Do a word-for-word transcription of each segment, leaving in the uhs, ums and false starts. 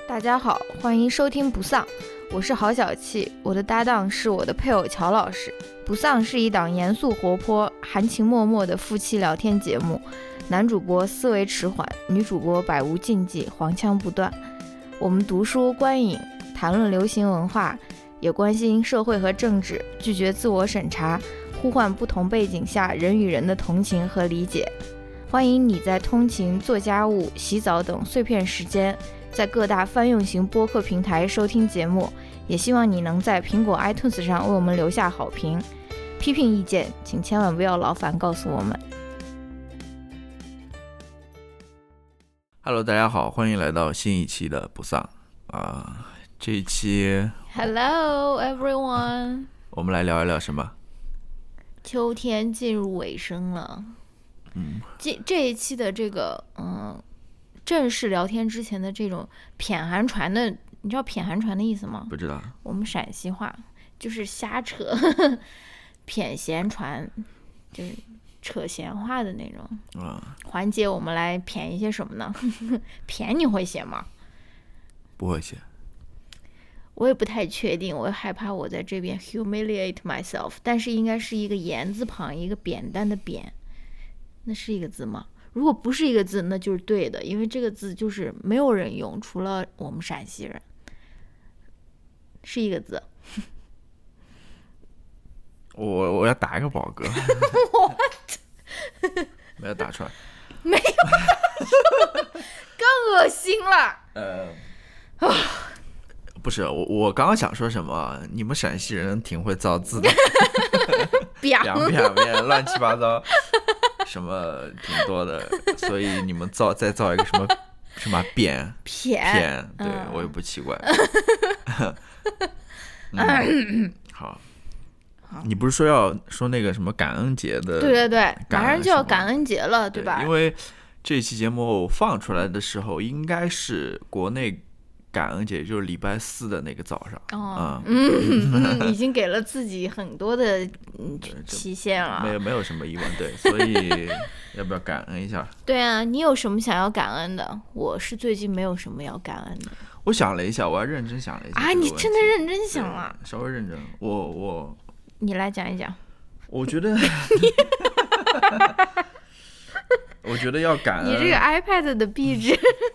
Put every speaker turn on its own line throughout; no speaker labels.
大家好，欢迎收听不丧，我是郝小气，我的搭档是我的配偶乔老师。不丧是一档严肃活泼、含情脉脉的夫妻聊天节目，男主播思维迟缓，女主播百无禁忌，黄腔不断。我们读书观影，谈论流行文化，也关心社会和政治，拒绝自我审查，呼唤不同背景下人与人的同情和理解。欢迎你在通勤、做家务、洗澡等碎片时间，在各大泛用型播客平台收听节目，也希望你能在苹果 iTunes 上为我们留下好评。批评意见请千万不要劳烦告诉我们。
Hello， 大家好，欢迎来到新一期的不丧啊、呃！这一期
Hello everyone，
我们来聊一聊什么？
秋天进入尾声了。
嗯，
这这一期的这个嗯正式聊天之前的这种谝寒传的，你知道谝寒传的意思吗？
不知道。
我们陕西话就是瞎扯，谝闲传就是扯闲话的那种
啊。
环节我们来谝一些什么呢？谝你会写吗？
不会写。
我也不太确定，我害怕我在这边 humiliate myself， 但是应该是一个言字旁一个扁担的扁，那是一个字吗？如果不是一个字那就是对的，因为这个字就是没有人用，除了我们陕西人。是一个字。
我我要打一个饱嗝。没有打出来。
没有打出来，更恶心了。
呃，啊，不是我，我刚刚想说什么？你们陕西人挺会造字的，两两面乱七八糟，什么挺多的，所以你们造再造一个什么什么扁
偏，
对、嗯、我也不奇怪。嗯、好。你不是说要说那个什么感恩节的？
对对对，马上就要感恩节了，对吧？
对，因为这期节目放出来的时候，应该是国内感恩节，就是礼拜四的那个早上。
哦，嗯，嗯已经给了自己很多的期限了，
没有没有什么疑问，对，所以要不要感恩一下？
对啊，你有什么想要感恩的？我是最近没有什么要感恩的。
我想了一下，我还认真想了一下。
啊，你真的认真想了？
稍微认真，我我。
你来讲一讲。
我觉得我觉得要感恩
你这个 iPad 的壁纸。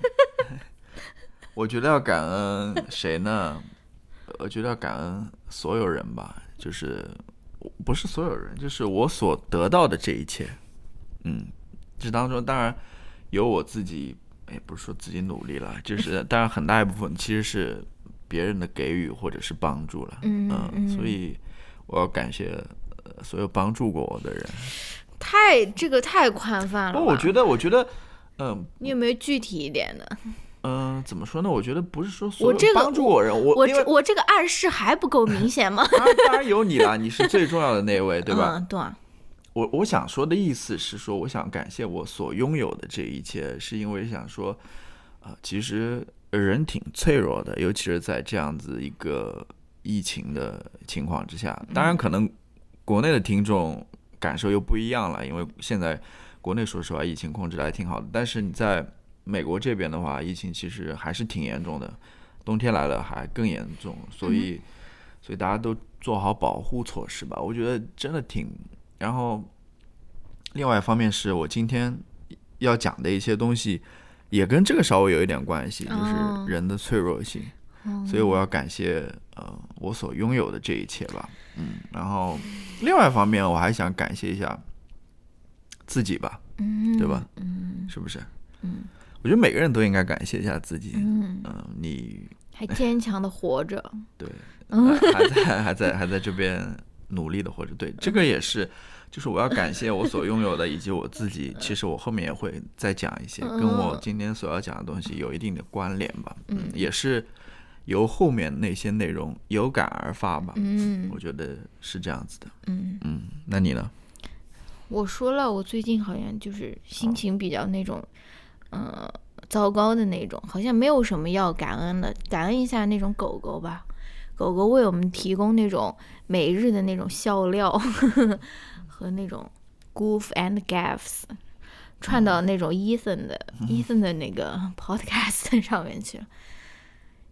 我觉得要感恩谁呢？我觉得要感恩所有人吧，就是不是所有人，就是我所得到的这一切。嗯，这当中当然有我自己，也不是说自己努力了，就是当然很大一部分其实是别人的给予或者是帮助了。
嗯嗯嗯，
所以我要感谢所有帮助过我的人。
太这个太宽泛了吧。
不，我觉得我觉得嗯、呃，
你有没有具体一点的？
嗯、呃，怎么说呢？我觉得不是说所有帮助我人，我
我我我这个暗示还不够明显吗？
当, 然当然有你啦，你是最重要的那位，对吧？
嗯，对啊。
我我想说的意思是说，我想感谢我所拥有的这一切，是因为想说，呃，其实人挺脆弱的，尤其是在这样子一个疫情的情况之下。当然，可能国内的听众感受又不一样了，因为现在国内说实话疫情控制的还挺好的，但是你在美国这边的话，疫情其实还是挺严重的，冬天来了还更严重，所以、嗯、所以大家都做好保护措施吧，我觉得真的挺。然后另外一方面是我今天要讲的一些东西也跟这个稍微有一点关系，就是人的脆弱性。哦，所以我要感谢呃我所拥有的这一切吧。嗯，然后另外一方面我还想感谢一下自己吧。嗯，对吧？嗯，是不是？嗯，我觉得每个人都应该感谢一下自己。嗯，呃、你
还坚强的活着。
对，呃、还在还在还在这边努力的活着。对，这个也是，就是我要感谢我所拥有的以及我自己。其实我后面也会再讲一些跟我今天所要讲的东西有一定的关联吧。嗯，也是由后面那些内容有感而发吧。嗯，我觉得是这样子的。嗯嗯，那你呢？
我说了，我最近好像就是心情比较那种，呃，糟糕的那种，好像没有什么要感恩的。感恩一下那种狗狗吧，狗狗为我们提供那种每日的那种笑料呵呵和那种 goof and gaffs， 串到那种 Ethan 的、嗯、Ethan 的那个 podcast 上面去了。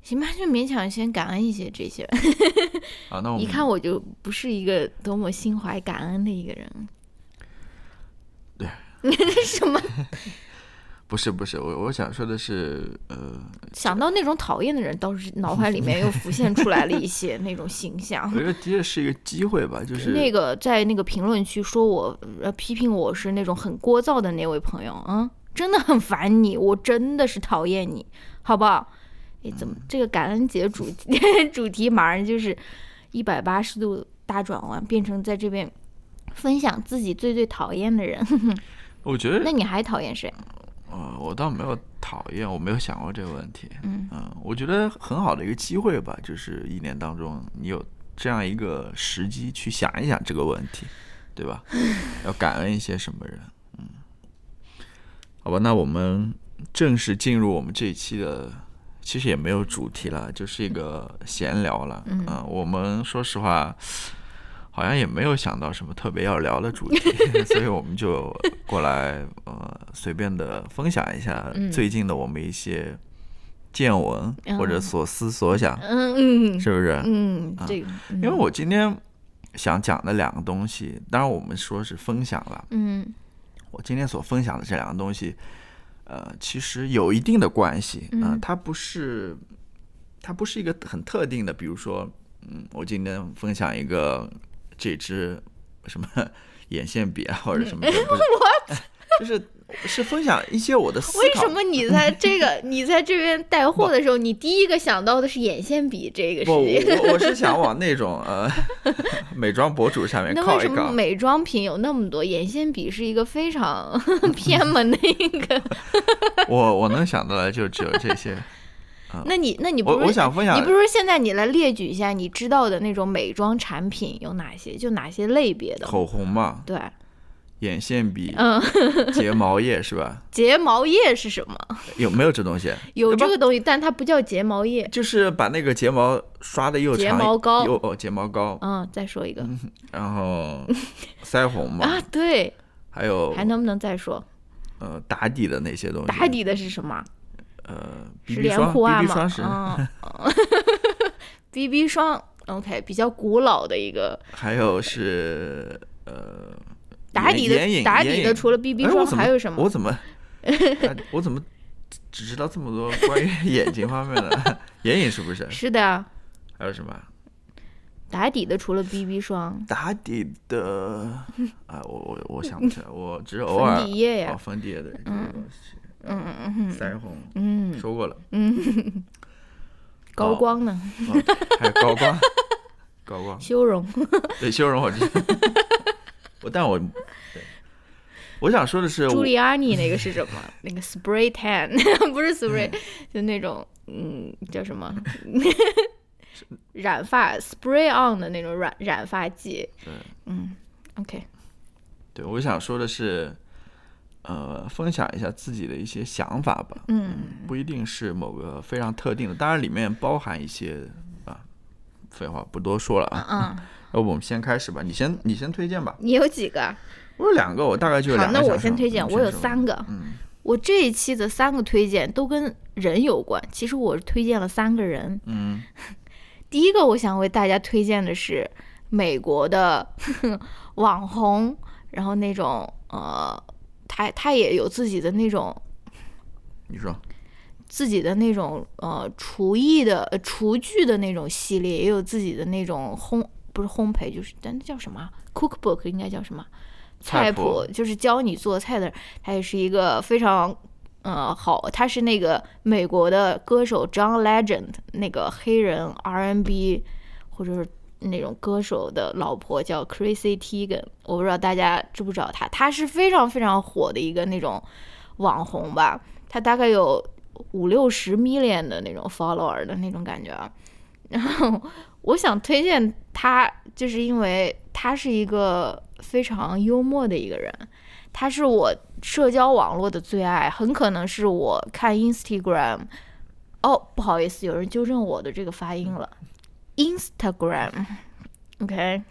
行吧，就勉强先感恩一些这些。
好，那我们
一看我就不是一个多么心怀感恩的一个人。
对，
什么？
不是不是，我我想说的是，呃，
想到那种讨厌的人，倒是脑海里面又浮现出来了一些那种形象。
我觉得的确是一个机会吧，就是
那个在那个评论区说我呃批评我是那种很聒噪的那位朋友，嗯，真的很烦你，我真的是讨厌你，好不好？哎，怎么这个感恩节主主题马上就是一百八十度大转弯，变成在这边分享自己最最讨厌的人？
我觉得，
那你还讨厌谁？
呃，我倒没有讨厌，我没有想过这个问题。
嗯
嗯、呃，我觉得很好的一个机会吧，就是一年当中你有这样一个时机去想一想这个问题，对吧？要感恩一些什么人？嗯，好吧，那我们正式进入我们这一期的，其实也没有主题了，就是一个闲聊了。嗯、呃，我们说实话，好像也没有想到什么特别要聊的主题，所以我们就过来呃随便的分享一下最近的我们一些见闻、嗯、或者所思所想，
嗯嗯，
是不是？
嗯，这个、嗯，
因为我今天想讲的两个东西，当然我们说是分享了，
嗯，
我今天所分享的这两个东西，呃，其实有一定的关系，嗯、呃，它不是，它不是一个很特定的，比如说，嗯，我今天分享一个。这支什么眼线笔啊，或者什么的，我就是是分享一些我的思考。
为什么你在这个你在这边带货的时候，你第一个想到的是眼线笔这个事情？
不，我我是想往那种呃美妆博主上面靠一靠。
那为什么美妆品有那么多，眼线笔是一个非常偏门的一个？
我我能想到的就只有这些。
那你那你不是
我, 我想分享，
你不是现在你来列举一下你知道的那种美妆产品有哪些？就哪些类别的？
口红嘛，
对，
眼线笔，
嗯，
睫毛液是吧？
睫毛液是什么？
有没有这东西？
有这个东西，但它不叫睫毛液，
就是把那个睫毛刷的又长，
睫毛膏，
又哦睫毛膏，
嗯，再说一个，
嗯、然后腮红嘛，
啊对，
还有
还能不能再说？
呃，打底的那些东西，
打底的是什么？
呃
，B
B B 霜
，B
B B 霜是、
嗯、，B B 霜 ，OK， 比较古老的一个。
还有是呃，
打底的打底的除了 B B 霜还有什么？
我怎么我怎么只知道这么多关于眼睛方面的？眼影是不是？
是的。
还有什么？
打底的除了 B B 霜，
打底的啊，我我我想不起来，我只是偶尔
粉底液呀，
哦，粉底液的，
嗯。嗯嗯嗯，
腮红，
嗯，
说过了，
嗯，高光呢？
哦哦、还有高光，高光，
修容，
对，修容我知道，我但我，我想说的是，
朱利安尼那个是什么？那个 spray tan 不是 spray，、嗯、就那种嗯叫什么染发 spray on 的那种染染发剂。
对，
嗯 ，OK，
对，我想说的是。呃，分享一下自己的一些想法吧。
嗯，
不一定是某个非常特定的，当然里面包含一些啊。废话不多说了啊。
嗯，
要不我们先开始吧，你先你先推荐吧。
你有几个？
我有两个，我大概就有两个。
好，那我先推荐，我有三个。
嗯，
我这一期的三个推荐都跟人有关，其实我推荐了三个人。
嗯，
第一个我想为大家推荐的是美国的呵呵网红，然后那种呃。他他也有自己的那种，
你说，
自己的那种呃厨艺的、呃、厨具的那种系列，也有自己的那种烘不是烘焙，就是但那叫什么 cookbook 应该叫什么菜谱，就是教你做菜的。他也是一个非常呃好，他是那个美国的歌手 John Legend 那个黑人 R and B 或者是。那种歌手的老婆叫 Chrissy Teigen， 我不知道大家知不知道她，她是非常非常火的一个那种网红吧，她大概有五六十 million 的那种 follower 的那种感觉。然后我想推荐她，就是因为她是一个非常幽默的一个人，她是我社交网络的最爱，很可能是我看 Instagram， 哦，不好意思，有人纠正我的这个发音了。Instagram，OK，、okay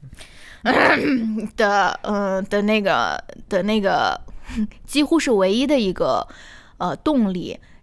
的呃的那个的那个几乎是唯一的一个呃动力。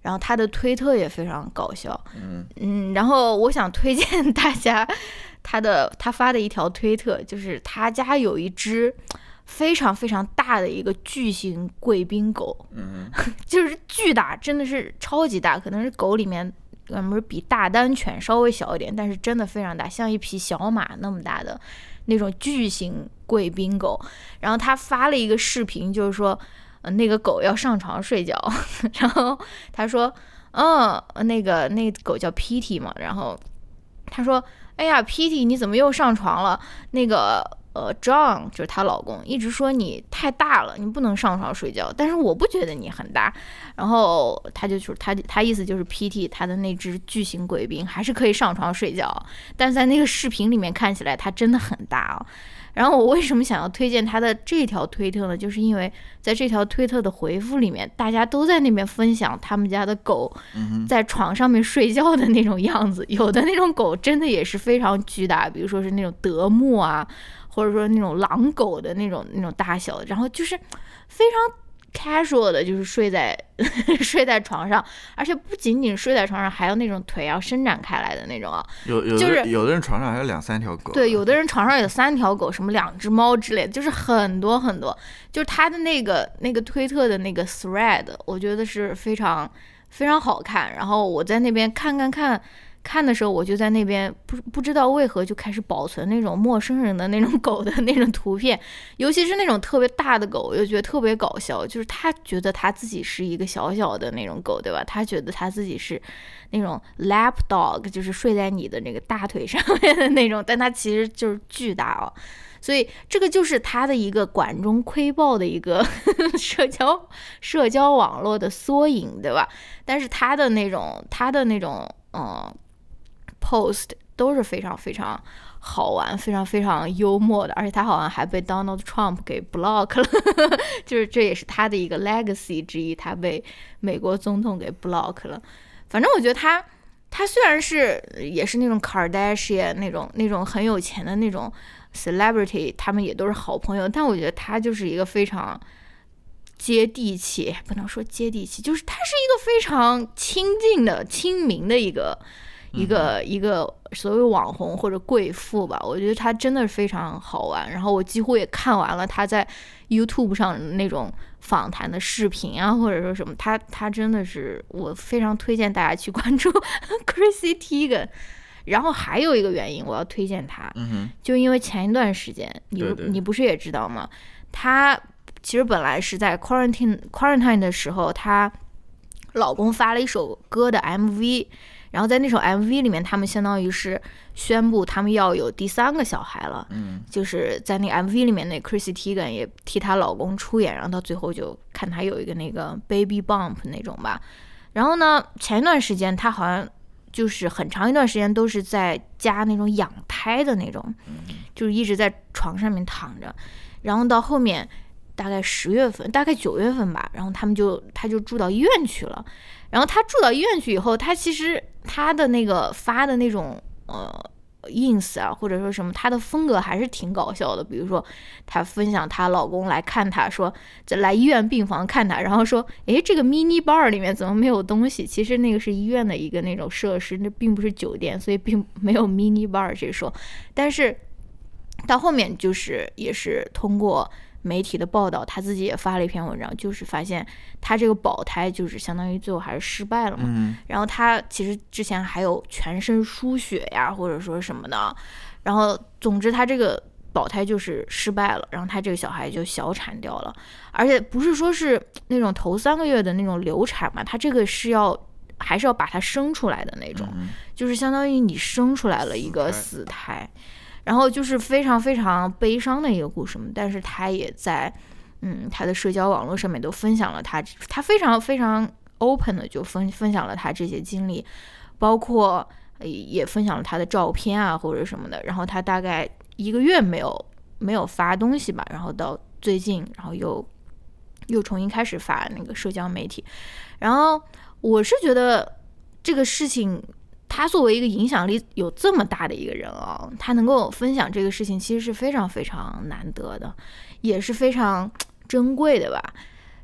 然后他的推特也非常搞笑，
嗯
嗯，然后我想推荐大家他的他发的一条推特，就是他家有一只非常非常大的一个巨型贵宾狗，
嗯
就是巨大，真的是超级大，可能是狗里面嗯不是比大丹犬稍微小一点，但是真的非常大，像一匹小马那么大的那种巨型贵宾狗。然后他发了一个视频，就是说呃那个狗要上床睡觉，然后他说嗯那个那个狗叫 P T 嘛，然后他说哎呀 P T 你怎么又上床了，那个呃 John 就是她老公一直说你太大了，你不能上床睡觉，但是我不觉得你很大。然后他就说他他意思就是 P T 他的那只巨型贵宾还是可以上床睡觉，但在那个视频里面看起来他真的很大哦。然后我为什么想要推荐他的这条推特呢，就是因为在这条推特的回复里面，大家都在那边分享他们家的狗在床上面睡觉的那种样子，有的那种狗真的也是非常巨大，比如说是那种德牧啊，或者说那种狼狗的那种那种大小，然后就是非常casual 的，就是睡在睡在床上，而且不仅仅睡在床上，还有那种腿要伸展开来的那种啊。
有有的、
就是、
有的人床上还有两三条狗，
对，有的人床上有三条狗，什么两只猫之类的，就是很多很多。就是他的那个那个推特的那个 thread， 我觉得是非常非常好看。然后我在那边看看看。看的时候，我就在那边不不知道为何就开始保存那种陌生人的那种狗的那种图片，尤其是那种特别大的狗，我就觉得特别搞笑。就是他觉得他自己是一个小小的那种狗，对吧？他觉得他自己是那种 lap dog， 就是睡在你的那个大腿上面的那种，但他其实就是巨大哦。所以这个就是他的一个管中窥豹的一个社交社交网络的缩影，对吧？但是他的那种他的那种嗯。post 都是非常非常好玩，非常非常幽默的，而且他好像还被 Donald Trump 给 block 了，就是这也是他的一个 legacy 之一，他被美国总统给 block 了。反正我觉得他他虽然是也是那种 Kardashian 那种那种很有钱的那种 celebrity， 他们也都是好朋友，但我觉得他就是一个非常接地气，不能说接地气，就是他是一个非常亲近的亲民的一个一个一个所谓网红或者贵妇吧，我觉得他真的是非常好玩。然后我几乎也看完了他在 YouTube 上那种访谈的视频啊，或者说什么，他他真的是我非常推荐大家去关注 Chrissy Teigen。然后还有一个原因我要推荐他，
嗯、
就因为前一段时间你
对对
你不是也知道吗？他其实本来是在 quarantine quarantine 的时候，她老公发了一首歌的 M V。然后在那首 M V 里面，他们相当于是宣布他们要有第三个小孩了，
嗯，
就是在那个 M V 里面，那 Chrissy Teigen 也替她老公出演，然后到最后就看她有一个那个 baby bump 那种吧。然后呢，前一段时间她好像就是很长一段时间都是在家那种养胎的那种，就是一直在床上面躺着，然后到后面大概十月份，大概九月份吧，然后他们就他就住到医院去了。然后他住到医院去以后，他其实他的那个发的那种呃 ins 啊，或者说什么，他的风格还是挺搞笑的。比如说，她分享她老公来看她，说来医院病房看她，然后说，诶，这个 mini bar 里面怎么没有东西？其实那个是医院的一个那种设施，那并不是酒店，所以并没有 mini bar 这说。但是到后面就是也是通过媒体的报道，他自己也发了一篇文章，就是发现他这个保胎就是相当于最后还是失败了嘛。
嗯、
然后他其实之前还有全身输血呀，或者说什么的。然后总之他这个保胎就是失败了，然后他这个小孩就小产掉了，而且不是说是那种头三个月的那种流产嘛，他这个是要还是要把它生出来的那种，
嗯、
就是相当于你生出来了一个死胎。然后就是非常非常悲伤的一个故事嘛，但是他也在，嗯，他的社交网络上面都分享了他，他非常非常 open 的就分分享了他这些经历，包括也分享了他的照片啊或者什么的。然后他大概一个月没有没有发东西吧，然后到最近，然后又又重新开始发那个社交媒体。然后我是觉得这个事情，他作为一个影响力有这么大的一个人啊，他能够分享这个事情，其实是非常非常难得的，也是非常珍贵的吧。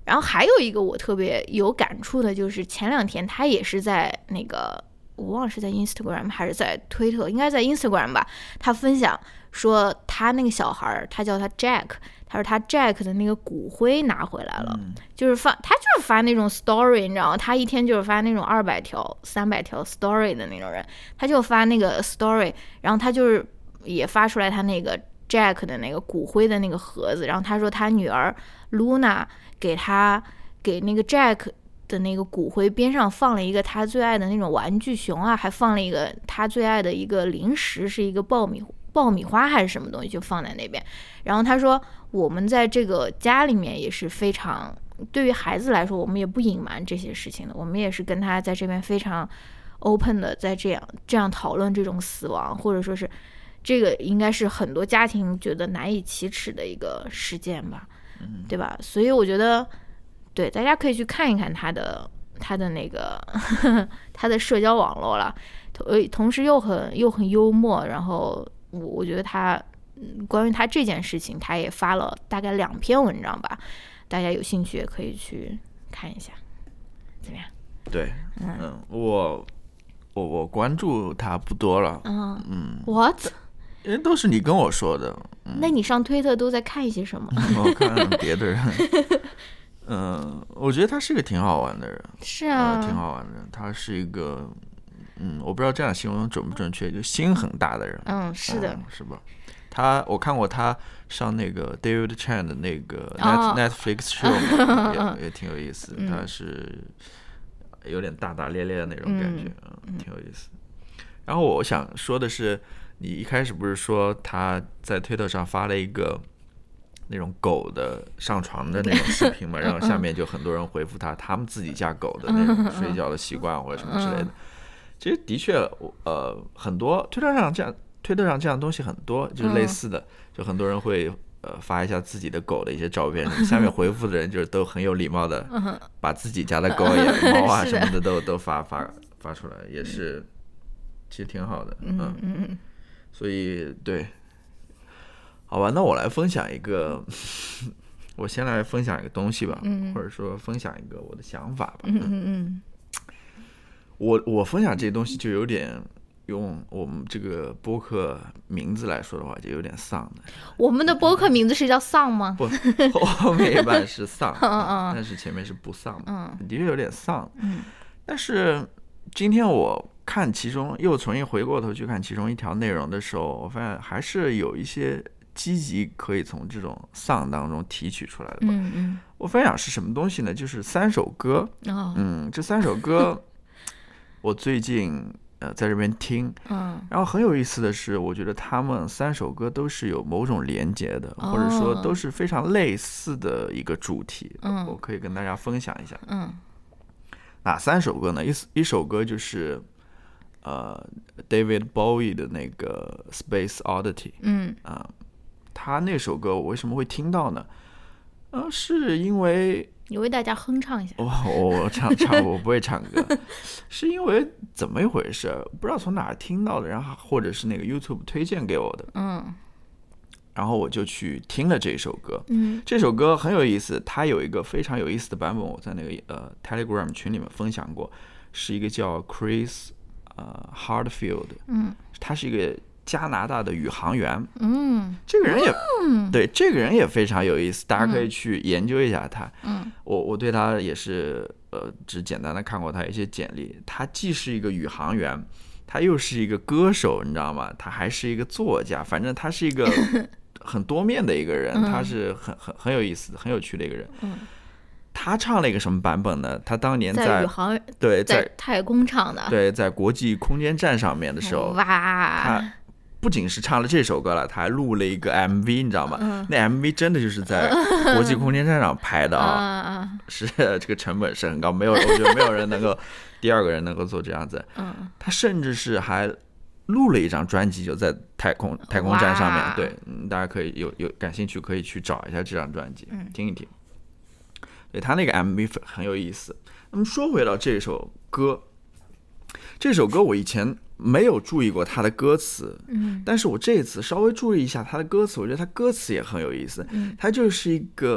然后还有一个我特别有感触的，就是前两天他也是在那个我忘了是在 Instagram 还是在推特，应该在 Instagram 吧，他分享说他那个小孩，他叫他 Jack， 他说他 Jack 的那个骨灰拿回来了，
嗯、
就是发他就是发那种 story， 你知道吗？他一天就是发那种二百条三百条 story 的那种人，他就发那个 story， 然后他就是也发出来他那个 Jack 的那个骨灰的那个盒子，然后他说他女儿 Luna 给他给那个 Jack 的那个骨灰边上放了一个他最爱的那种玩具熊啊，还放了一个他最爱的一个零食，是一个爆米爆米花还是什么东西，就放在那边。然后他说我们在这个家里面也是非常，对于孩子来说我们也不隐瞒这些事情的，我们也是跟他在这边非常 open 的在这样这样讨论这种死亡，或者说是这个应该是很多家庭觉得难以启齿的一个事件吧，对吧？所以我觉得对，大家可以去看一看他的他的那个呵呵他的社交网络了，同同时又很又很幽默，然后我我觉得他关于他这件事情，他也发了大概两篇文章吧，大家有兴趣也可以去看一下，怎么样？
对，嗯，嗯我我我关注他不多了，
嗯
嗯
，what？
因为都是你跟我说的。嗯、
那你上推特都在看一些什么？
我看别的人。嗯，我觉得他是个挺好玩的人，
是啊，
呃、挺好玩的人。他是一个，嗯，我不知道这样形容准不准确，就心很大的人。
嗯，是的，
嗯、是吧？他我看过他上那个 David Chan 的那个 Net、
哦、
Netflix show， 也也挺有意思。
嗯、
他是有点大大咧咧的那种感觉，
嗯
嗯，挺有意思。然后我想说的是，你一开始不是说他在推特上发了一个那种狗的上床的那种视频嘛，然后下面就很多人回复他他们自己家狗的那种睡觉的习惯或者什么之类的。其实的确，呃，很多推特上这样推特上这样东西很多，就是类似的，就很多人会呃发一下自己的狗的一些照片，下面回复的人就是都很有礼貌的，把自己家的狗也猫啊什么的都都发发发出来，也是其实挺好的，嗯嗯，所以对。好吧，那我来分享一个，我先来分享一个东西吧，
嗯、
或者说分享一个我的想法吧。
嗯嗯嗯。
我我分享这些东西就有点用我们这个播客名字来说的话，就有点丧的。
我们的播客名字是叫丧吗？
不，后面一半是丧，
嗯、
但是前面是不丧的，
嗯，
的确有点丧。
嗯，
但是今天我看其中又重新回过头去看其中一条内容的时候，我发现还是有一些积极可以从这种丧当中提取出来的吧。
嗯嗯，
我分享是什么东西呢？就是三首歌。
哦、
嗯，这三首歌我最近呃在这边听，
嗯，
然后很有意思的是，我觉得他们三首歌都是有某种连结的，
哦、
或者说都是非常类似的一个主题。
嗯，
我可以跟大家分享一下。
嗯，
哪三首歌呢？一一首歌就是呃 David Bowie 的那个 Space Oddity。
嗯
啊、呃，他那首歌我为什么会听到呢？呃，是因为
你为大家哼唱一下。
我我唱唱我不会唱歌，是因为怎么一回事？不知道从哪儿听到的，然后或者是那个 YouTube 推荐给我的。
嗯，
然后我就去听了这首歌。
嗯，
这首歌很有意思，它有一个非常有意思的版本，我在那个呃 Telegram 群里面分享过，是一个叫 Chris 呃 Hardfield，
嗯，
他是一个加拿大的宇航员。
嗯，
这个人也、
嗯、
对这个人也非常有意思，大家可以去研究一下他。
嗯，
我我对他也是呃只简单的看过他一些简历。他既是一个宇航员，他又是一个歌手，你知道吗？他还是一个作家，反正他是一个很多面的一个人，他是很很很有意思、很有趣的一个人。
嗯，
他唱了一个什么版本呢？他当年在
在宇航
对
在太空唱的，
对，在国际空间站上面的时候，
哇，
他不仅是唱了这首歌了，他还录了一个 M V， 你知道吗？
嗯、
那 M V 真的就是在国际空间站上拍的啊，
嗯、
是这个成本是很高，没有，我觉得没有人能够，第二个人能够做这样子。
嗯，
他甚至是还录了一张专辑，就在太空太空站上面。对，嗯，大家可以有有感兴趣可以去找一下这张专辑，
嗯、
听一听。对，他那个 M V 很有意思。那么说回到这首歌，这首歌我以前没有注意过他的歌词，
嗯，
但是我这次稍微注意一下他的歌词，我觉得他歌词也很有意思。
嗯，
他就是一个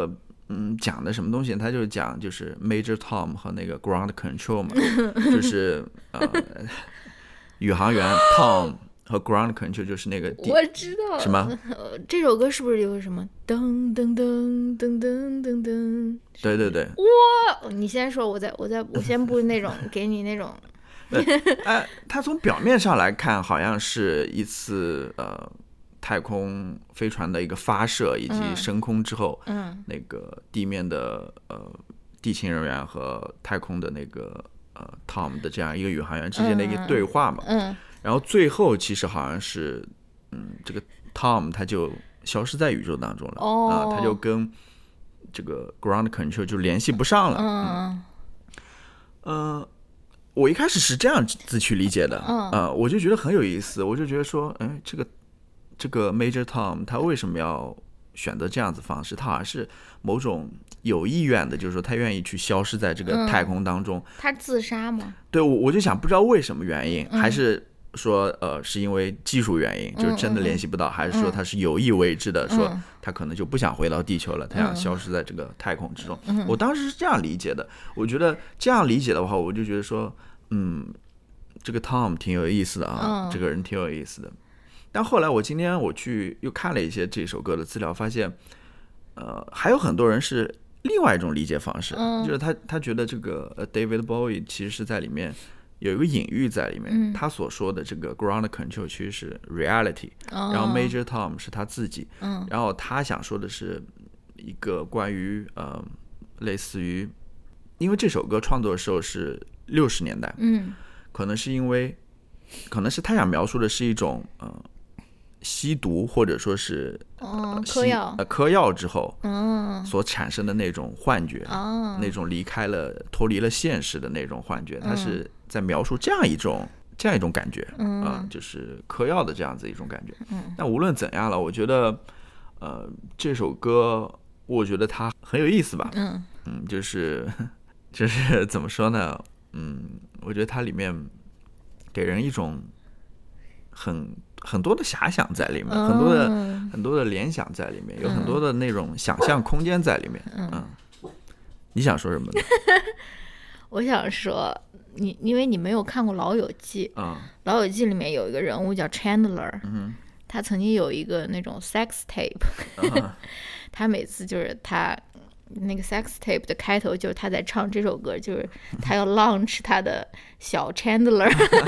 嗯，讲的什么东西？他就是讲就是 Major Tom 和那个 Ground Control 嘛，就是呃宇航员 Tom 和 Ground Control 就是那个地，
我知道
什么、
呃、这首歌是不是有什么噔噔噔噔噔噔噔？
对对对，
哇！你先说，我再我再我先不那种给你那种。
哎，他从表面上来看，好像是一次呃。太空飞船的一个发射以及升空之后，
嗯，
那个地面的呃地勤人员和太空的那个呃 Tom 的这样一个宇航员之间的一个对话嘛，
嗯，嗯
然后最后其实好像是，嗯，这个 Tom 他就消失在宇宙当中了，
哦，
啊、他就跟这个 Ground Control 就联系不上了，
嗯
嗯、呃，我一开始是这样子去理解的，
嗯、
呃，我就觉得很有意思，我就觉得说，哎，这个。这个 Major Tom 他为什么要选择这样子方式？他好像是某种有意愿的，就是说他愿意去消失在这个太空当中。嗯、
他自杀吗？
对，我我就想不知道为什么原因，
嗯、
还是说呃是因为技术原因，就是真的联系不到，嗯、还是说他是有意为之的，嗯、说他可能就不想回到地球了，他想消失在这个太空之中。嗯、我当时是这样理解的，我觉得这样理解的话，我就觉得说，嗯，这个 Tom 挺有意思的啊，
嗯、
这个人挺有意思的。但后来我今天我去又看了一些这首歌的资料，发现，呃，还有很多人是另外一种理解方式，
嗯、
就是他他觉得这个 David Bowie 其实是在里面有一个隐喻在里面，
嗯、
他所说的这个 ground control 其实是 reality，、
哦、
然后 Major Tom 是他自己，
嗯、
然后他想说的是一个关于呃类似于，因为这首歌创作的时候是六十年代，
嗯，
可能是因为可能是他想描述的是一种呃。吸毒或者说是、
哦、嗑药、
呃、嗑药之后、
哦、
所产生的那种幻觉、
哦、
那种离开了脱离了现实的那种幻觉，它是在描述这样一种、嗯、这样一种感觉、
嗯
呃、就是嗑药的这样子一种感觉、
嗯、
但无论怎样了，我觉得呃这首歌我觉得它很有意思吧，
嗯
嗯，就是就是怎么说呢，嗯，我觉得它里面给人一种很很多的遐想在里面，
嗯、
很多的很多的联想在里面，有很多的那种想象空间在里面。嗯，嗯你想说什么呢？
我想说，你因为你没有看过《老友记》，
嗯，《
老友记》里面有一个人物叫 Chandler，、
嗯、
他曾经有一个那种 sex tape，、嗯、他每次就是他那个 sex tape 的开头就是他在唱这首歌，就是他要 launch 他的小 Chandler。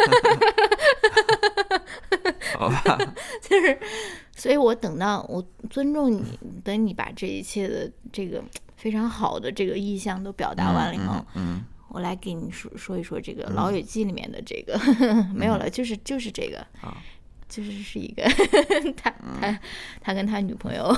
好吧，
就是，所以我等到我尊重你，等你把这一切的这个非常好的这个意象都表达完了以后，
嗯嗯嗯、
我来给你说说一说这个《老友记》里面的这个、嗯、没有了，就是就是这个，
啊、
就是是一个他他他跟他女朋友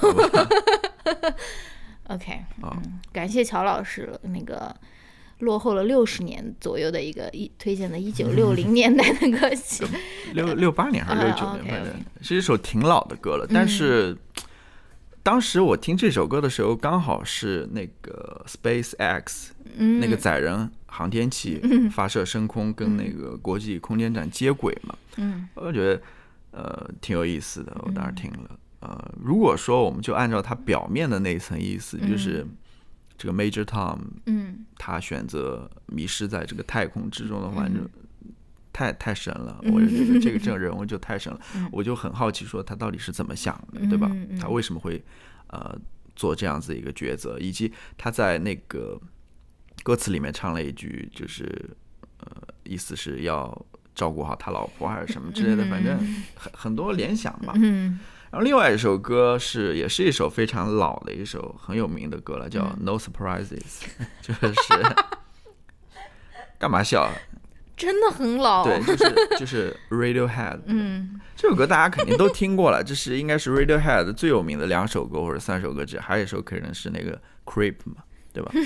，OK，、嗯、感谢乔老师那个。落后了六十年左右的一个一推荐的一九六零年代的歌曲，
六六八年还是六九年，反正是一首挺老的歌了。
嗯、
但是当时我听这首歌的时候，刚好是那个 SpaceX、嗯、那个载人航天器发射升空，跟那个国际空间站接轨嘛。嗯，我觉得呃挺有意思的，我当时听了。呃，如果说我们就按照它表面的那一层意思，就是。这个 Major Tom，
嗯，
他选择迷失在这个太空之中的话，就太太神了。
嗯、
我觉得这个这个人物就太神了，
嗯、
我就很好奇，说他到底是怎么想的，对吧？
嗯、
他为什么会呃做这样子一个抉择，以及他在那个歌词里面唱了一句，就是呃意思是要照顾好他老婆还是什么之类的，反正很很多联想吧。
嗯。
然后另外一首歌是也是一首非常老的一首很有名的歌了，叫 No Surprises，、嗯、就是干嘛笑？
真的很老。
对，就是就是 Radiohead。
嗯，
这首歌大家肯定都听过了，这是应该是 Radiohead 最有名的两首歌或者三首歌之一，还有一首可能是那个 Creep 嘛，对吧？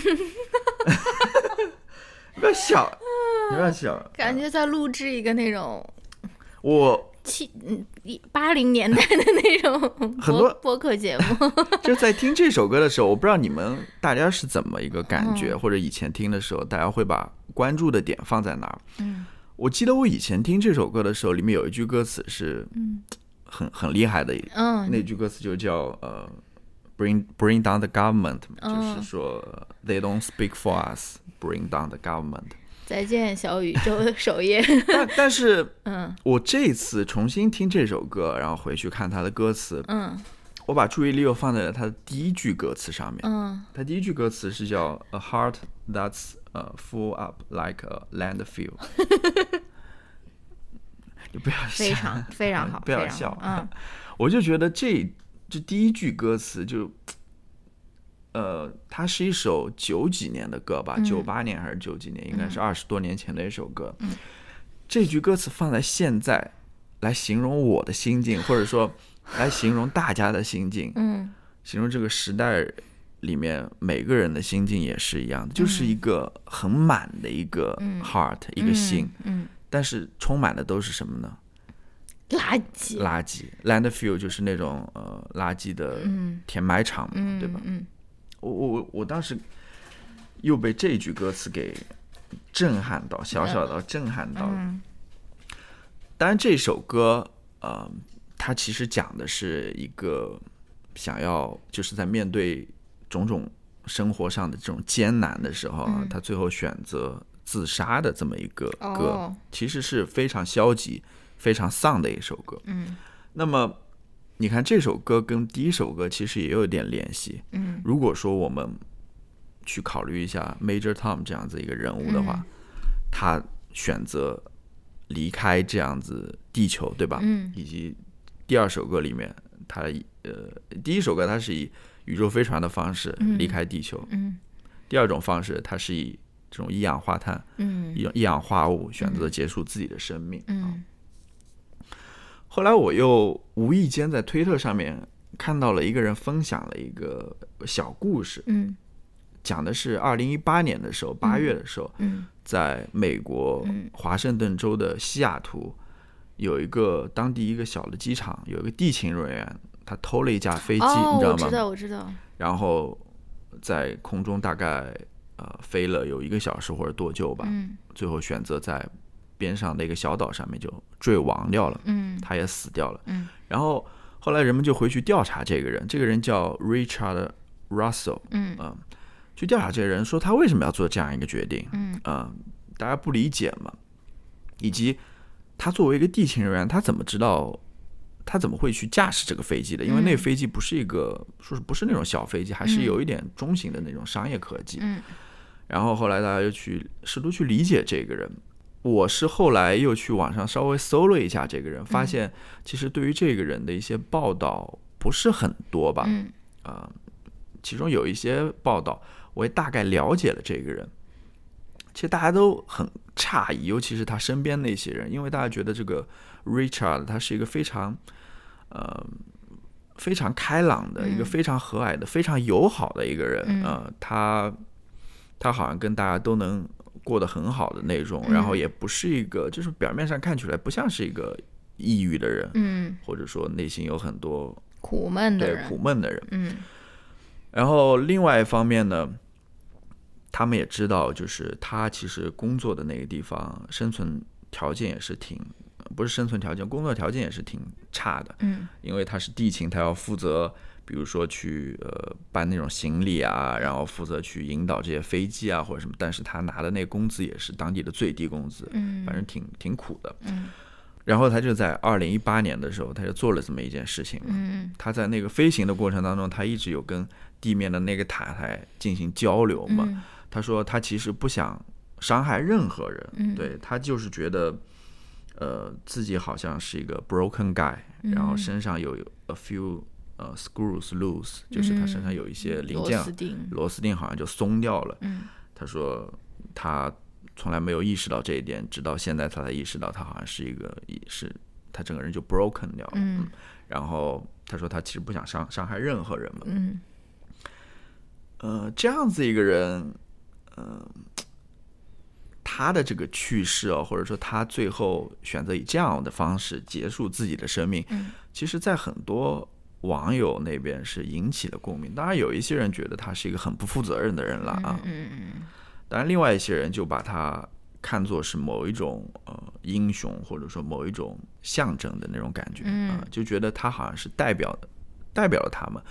不要笑，不要笑，
感觉在录制一个那种
我。
七嗯八零年代的那种
很多
播客节目，
就在听这首歌的时候，我不知道你们大家是怎么一个感觉，
嗯、
或者以前听的时候，大家会把关注的点放在哪儿？
嗯，
我记得我以前听这首歌的时候，里面有一句歌词是，
嗯，
很很厉害的，
嗯，
那句歌词就叫呃 bring bring down the government，、
嗯、
就是说 they don't speak for us bring down the government。
再见小宇宙的首页。
但但是，
嗯，
我这次重新听这首歌，然后回去看它的歌词，
嗯，
我把注意力又放在了它的第一句歌词上面。
嗯，
它第一句歌词是叫 "A heart that's、uh, full up like a landfill"， 你不要笑，
非常非常好，
不要笑。
嗯，
我就觉得这这第一句歌词就。呃，它是一首九几年的歌吧，九八、嗯、年还是九几年，应该是二十多年前的一首歌。
嗯、
这句歌词放在现在来形容我的心境，或者说来形容大家的心境，
嗯，
形容这个时代里面每个人的心境也是一样的，就是一个很满的一个 heart，、嗯、一个心、
嗯嗯，
但是充满的都是什么呢？
垃圾，
垃圾 ，landfill 就是那种呃垃圾的填埋场嘛，
嗯、
对吧？
嗯。
我我我当时又被这句歌词给震撼到，小小的震撼到了。
嗯、
当然，这首歌，呃，它其实讲的是一个想要就是在面对种种生活上的这种艰难的时候啊，
嗯、
他最后选择自杀的这么一个歌，
哦、
其实是非常消极、非常丧的一首歌。
嗯，
那么。你看这首歌跟第一首歌其实也有点联系。
嗯，
如果说我们去考虑一下 Major Tom 这样子一个人物的话，
嗯、
他选择离开这样子地球，对吧？
嗯，
以及第二首歌里面，他呃第一首歌他是以宇宙飞船的方式离开地球，
嗯，
第二种方式他是以这种一氧化碳，
嗯，
一一氧化物选择结束自己的生命。
嗯。
啊后来我又无意间在推特上面看到了一个人分享了一个小故事，
嗯，
讲的是二零一八年的时候，八月的时候，
嗯，
在美国华盛顿州的西雅图，有一个当地一个小的机场，有一个地勤人员，他偷了一架飞机，
哦、
你知道吗？
我知道，我知道。
然后在空中大概呃飞了有一个小时或者多久吧，
嗯，
最后选择在边上的一个小岛上面就坠亡掉了，
嗯，
他也死掉了，
嗯，
然后后来人们就回去调查这个人，这个人叫 Richard Russell，
嗯、
呃，去调查这个人，说他为什么要做这样一个决定，
嗯，
呃，大家不理解嘛，以及他作为一个地勤人员，他怎么知道他怎么会去驾驶这个飞机的？因为那个飞机不是一个，说是不是那种小飞机，还是有一点中型的那种商业客机，
嗯，
然后后来大家就去试图去理解这个人。我是后来又去网上稍微搜了一下这个人，发现其实对于这个人的一些报道不是很多吧，
嗯，
呃，其中有一些报道我也大概了解了这个人。其实大家都很诧异，尤其是他身边那些人，因为大家觉得这个 Richard 他是一个非常呃非常开朗的、嗯、一个非常和蔼的、非常友好的一个人，
嗯、
呃，他他好像跟大家都能过得很好的那种，然后也不是一个，就是表面上看起来不像是一个抑郁的人，
嗯，
或者说内心有很多
苦闷的人，
对苦闷的人，
嗯。
然后另外一方面呢，他们也知道，就是他其实工作的那个地方生存条件也是挺，不是生存条件，工作条件也是挺差的，
嗯，
因为他是地勤，他要负责。比如说去呃搬那种行李啊，然后负责去引导这些飞机啊或者什么，但是他拿的那个工资也是当地的最低工资，
嗯，
反正挺挺苦的，
嗯。
然后他就在二零一八年的时候，他就做了这么一件事情，
嗯，
他在那个飞行的过程当中，他一直有跟地面的那个塔台进行交流嘛。
嗯、
他说他其实不想伤害任何人，
嗯、
对他就是觉得，呃，自己好像是一个 broken guy，、嗯、然后身上有 a few。呃 screws loose， 就是他身上有一些零件，
螺丝钉，
螺丝钉好像就松掉了。
嗯，
他说他从来没有意识到这一点，直到现在他才意识到他好像是一个，是他整个人就 broken 掉了。
嗯，
然后他说他其实不想伤伤害任何人嘛。
嗯，
呃，这样子一个人，呃，他的这个去世啊，或者说他最后选择以这样的方式结束自己的生命，
嗯，
其实在很多网友那边是引起了共鸣。当然有一些人觉得他是一个很不负责任的人了啊，
嗯嗯嗯，
当然另外一些人就把他看作是某一种呃英雄，或者说某一种象征的那种感觉，
嗯、
呃，就觉得他好像是代表的代表了他们。
嗯，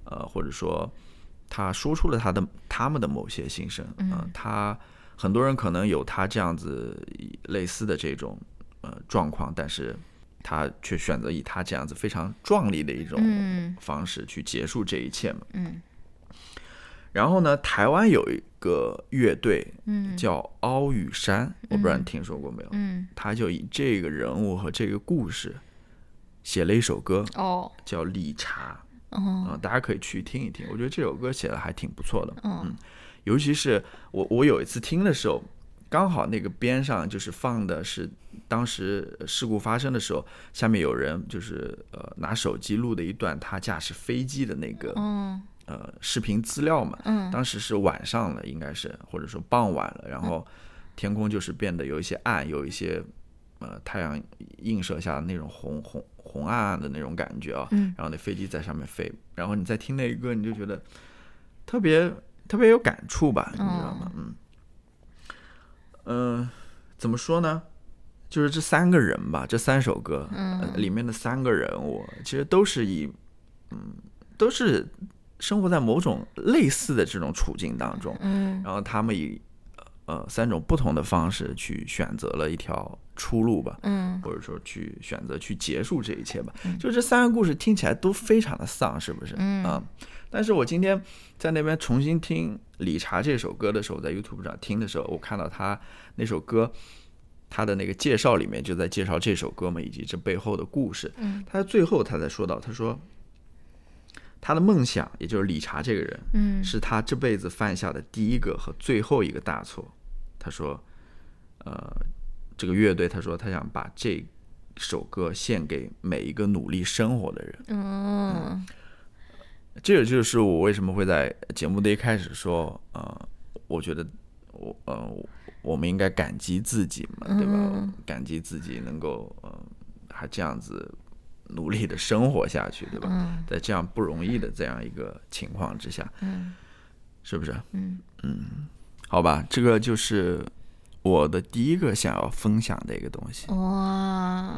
呃，或者说他说出了他的他们的某些心声，嗯、呃，他很多人可能有他这样子类似的这种呃状况，但是他却选择以他这样子非常壮丽的一种方式去结束这一切嘛。
嗯。
然后呢，台湾有一个乐队叫凹羽山，嗯、我不知道你听说过没有？嗯，他就以这个人物和这个故事写了一首歌，
哦，
叫《理查》。
哦、
呃，大家可以去听一听，我觉得这首歌写的还挺不错的。哦、嗯，尤其是我我有一次听的时候，刚好那个边上就是放的是当时事故发生的时候，下面有人就是呃拿手机录的一段他驾驶飞机的那个。哦呃，视频资料嘛，嗯，当时是晚上了，应该是或者说傍晚了，然后天空就是变得有一些暗，有一些呃太阳映射下的那种红红红暗暗的那种感觉啊，嗯，然后那飞机在上面飞，然后你再听那个歌，你就觉得特别特别有感触吧，你知道吗？嗯，嗯、呃，怎么说呢？就是这三个人吧，这三首歌，嗯、呃，里面的三个人物其实都是以，嗯，都是。生活在某种类似的这种处境当中，嗯，然后他们以呃三种不同的方式去选择了一条出路吧，嗯，或者说去选择去结束这一切吧。嗯、就这三个故事听起来都非常的丧，是不是？嗯啊、嗯。但是我今天在那边重新听《理查》这首歌的时候，在 YouTube 上听的时候，我看到他那首歌，他的那个介绍里面就在介绍这首歌嘛，以及这背后的故事。嗯，他最后他才说到，他说。他的梦想，也就是理查这个人，嗯，是他这辈子犯下的第一个和最后一个大错。他说，呃，这个乐队，他说他想把这首歌献给每一个努力生活的人。嗯，嗯这个就是我为什么会在节目的一开始说，呃，我觉得我呃我们应该感激自己嘛，对吧？嗯、感激自己能够呃还这样子。努力的生活下去，对吧？嗯、在这样不容易的这样一个情况之下，嗯、是不是？嗯嗯，好吧，这个就是我的第一个想要分享的一个东西。
哇！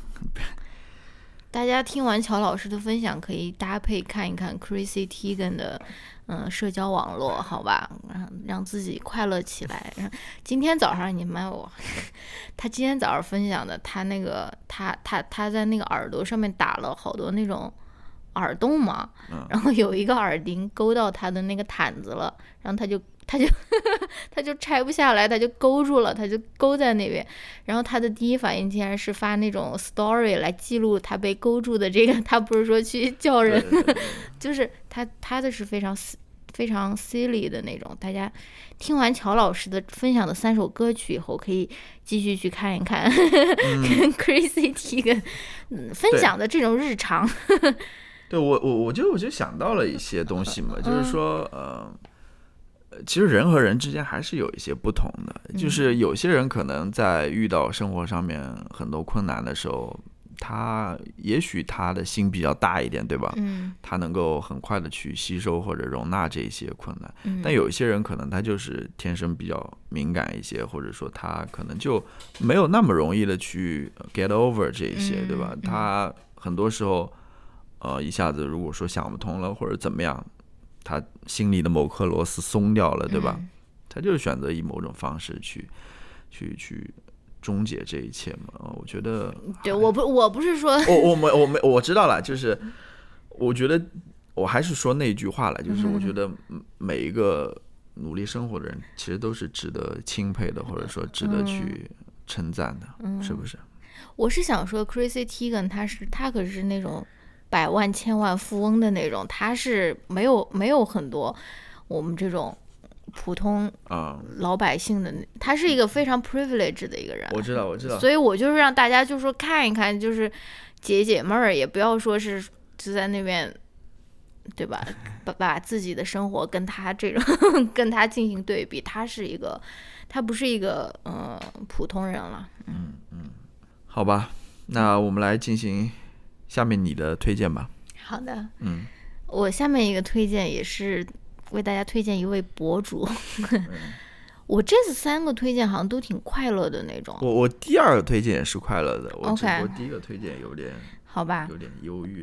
大家听完乔老师的分享，可以搭配看一看 Chrissy Teigen 的嗯、呃、社交网络，好吧，让让自己快乐起来。今天早上你们我，他今天早上分享的，他那个他他他在那个耳朵上面打了好多那种耳洞嘛，嗯、然后有一个耳钉勾到他的那个毯子了，然后他就。他就他就拆不下来，他就勾住了，他就勾在那边。然后他的第一反应竟然是发那种 story 来记录他被勾住的这个，他不是说去叫人，
对对对对
就是他他的是非常非常 silly 的那种。大家听完乔老师的分享的三首歌曲以后，可以继续去看一看、嗯、跟 Chrissy Teigen 分享的这种日常。
对我我我就我就想到了一些东西嘛，就是说呃。其实人和人之间还是有一些不同的，就是有些人可能在遇到生活上面很多困难的时候，他也许他的心比较大一点，对吧？嗯，他能够很快的去吸收或者容纳这些困难。嗯，但有一些人可能他就是天生比较敏感一些，或者说他可能就没有那么容易的去 get over 这一些，对吧？他很多时候，呃，一下子如果说想不通了或者怎么样。他心里的某颗螺丝松掉了，对吧？嗯、他就是选择以某种方式去，去去终结这一切嘛。我觉得，
对，我不，我不是说，
我我没我没我知道了，就是我觉得我还是说那句话了，就是我觉得每一个努力生活的人，其实都是值得钦佩的，或者说值得去称赞的，嗯、是不是？
我是想说 ，Chrissy Teigen 他是他可是那种。百万千万富翁的那种，他是没有没有很多我们这种普通老百姓的，他是一个非常 privileged 的一个人。
我知道，我知道。
所以我就是让大家就说看一看，就是解解闷儿，也不要说是就在那边，对吧？把把自己的生活跟他这种跟他进行对比，他是一个，他不是一个呃普通人了。
嗯嗯，好吧，那我们来进行。下面你的推荐吧。
好的，嗯，我下面一个推荐也是为大家推荐一位博主。嗯、我这次三个推荐好像都挺快乐的那种。
我我第二个推荐也是快乐的，我只不过第一个推荐有点
好吧，
有点忧郁。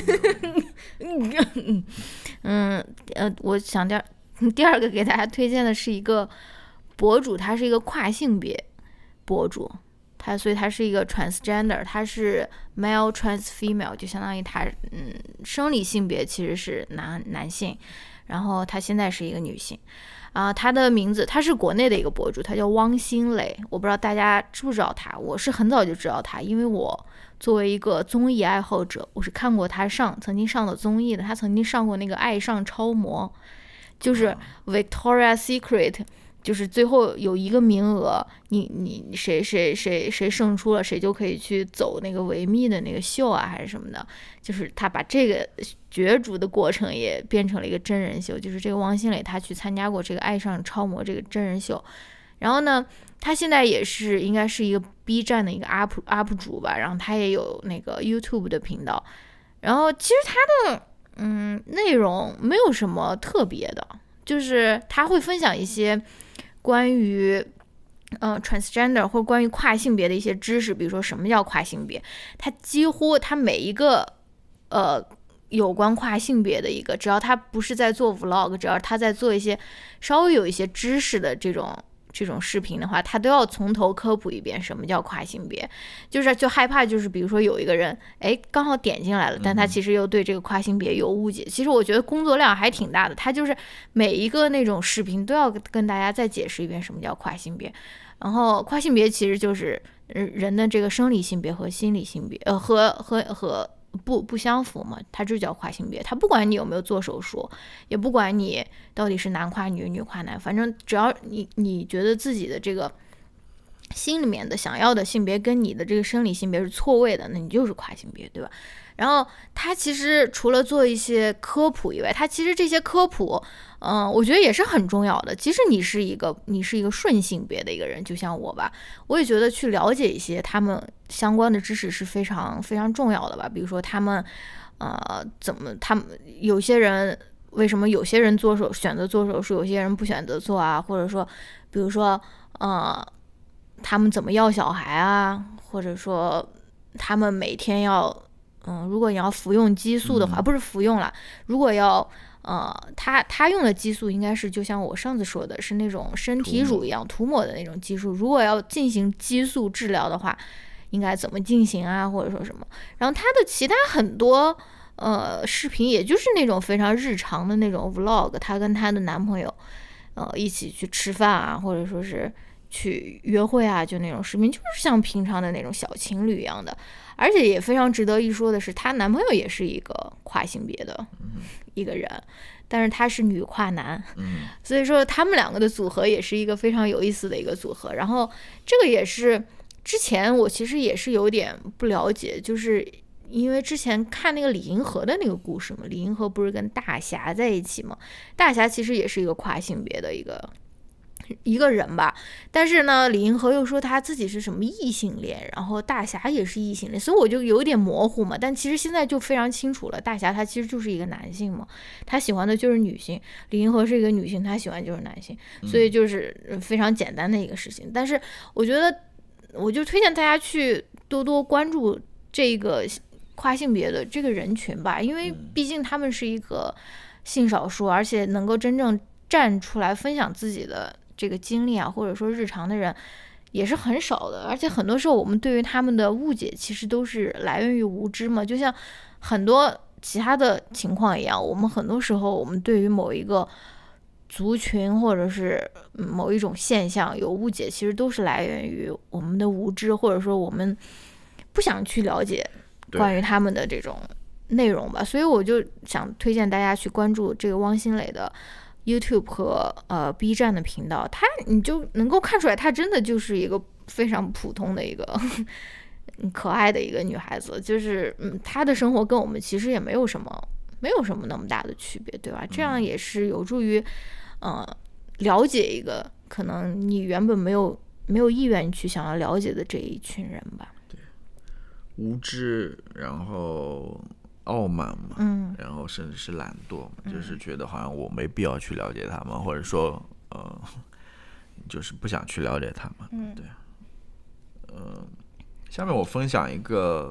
嗯呃，我想第二第二个给大家推荐的是一个博主，他是一个跨性别博主，他所以他是一个 transgender， 他是 male trans female， 就相当于他嗯生理性别其实是男男性，然后他现在是一个女性。啊、呃，他的名字，他是国内的一个博主，他叫汪新磊，我不知道大家知不知道他，我是很早就知道他，因为我作为一个综艺爱好者，我是看过他上曾经上的综艺的，他曾经上过那个《爱上超模》，就是 Victoria's Secret， 就是最后有一个名额，你你谁谁谁谁胜出了，谁就可以去走那个维密的那个秀啊，还是什么的，就是他把这个角逐的过程也变成了一个真人秀，就是这个汪新磊他去参加过这个《爱上超模》这个真人秀，然后呢，他现在也是应该是一个 B 站的一个 U P U P 主吧，然后他也有那个 YouTube 的频道，然后其实他的嗯内容没有什么特别的，就是他会分享一些关于呃 transgender 或关于跨性别的一些知识，比如说什么叫跨性别，他几乎他每一个呃有关跨性别的一个，只要他不是在做 vlog， 只要他在做一些稍微有一些知识的这种这种视频的话，他都要从头科普一遍什么叫跨性别，就是就害怕就是比如说有一个人哎刚好点进来了，但他其实又对这个跨性别有误解，其实我觉得工作量还挺大的，他就是每一个那种视频都要跟大家再解释一遍什么叫跨性别，然后跨性别其实就是人的这个生理性别和心理性别呃和和和不不相符嘛，它就叫跨性别。它不管你有没有做手术，也不管你到底是男跨女女跨男，反正只要你你觉得自己的这个心里面的想要的性别跟你的这个生理性别是错位的，那你就是跨性别，对吧？然后他其实除了做一些科普以外，他其实这些科普嗯、呃，我觉得也是很重要的。即使你是一个你是一个顺性别的一个人，就像我吧，我也觉得去了解一些他们相关的知识是非常非常重要的吧。比如说他们呃怎么他们有些人为什么有些人做手选择做手术，有些人不选择做啊，或者说比如说呃他们怎么要小孩啊，或者说他们每天要嗯，如果你要服用激素的话，
嗯、
不是服用了，如果要呃，他他用的激素应该是就像我上次说的，是那种身体乳一样涂抹的那种激素。如果要进行激素治疗的话，应该怎么进行啊，或者说什么？然后他的其他很多呃视频，也就是那种非常日常的那种 vlog， 她跟她的男朋友呃一起去吃饭啊，或者说是去约会啊，就那种视频，就是像平常的那种小情侣一样的。而且也非常值得一说的是，她男朋友也是一个跨性别的一个人，但是他是女跨男，所以说他们两个的组合也是一个非常有意思的一个组合。然后这个也是之前我其实也是有点不了解，就是因为之前看那个李银河的那个故事嘛，李银河不是跟大侠在一起嘛，大侠其实也是一个跨性别的一个一个人吧，但是呢，李银河又说他自己是什么异性恋，然后大侠也是异性恋，所以我就有点模糊嘛。但其实现在就非常清楚了，大侠他其实就是一个男性嘛，他喜欢的就是女性；李银河是一个女性，他喜欢就是男性，所以就是非常简单的一个事情。但是我觉得，我就推荐大家去多多关注这个跨性别的这个人群吧，因为毕竟他们是一个性少数，而且能够真正站出来分享自己的这个经历啊，或者说日常的人也是很少的，而且很多时候我们对于他们的误解其实都是来源于无知嘛，就像很多其他的情况一样，我们很多时候我们对于某一个族群或者是某一种现象有误解，其实都是来源于我们的无知，或者说我们不想去了解关于他们的这种内容吧。所以我就想推荐大家去关注这个汪新磊的YouTube 和呃 B 站的频道，他你就能够看出来，他真的就是一个非常普通的一个可爱的一个女孩子，就是嗯，她的生活跟我们其实也没有什么没有什么那么大的区别，对吧？这样也是有助于呃了解一个可能你原本没有没有意愿去想要了解的这一群人吧。
对，无知，然后傲慢嘛，
嗯，
然后甚至是懒惰嘛，嗯、就是觉得好像我没必要去了解他们，或者说呃，就是不想去了解他们。
嗯，
对，呃，下面我分享一个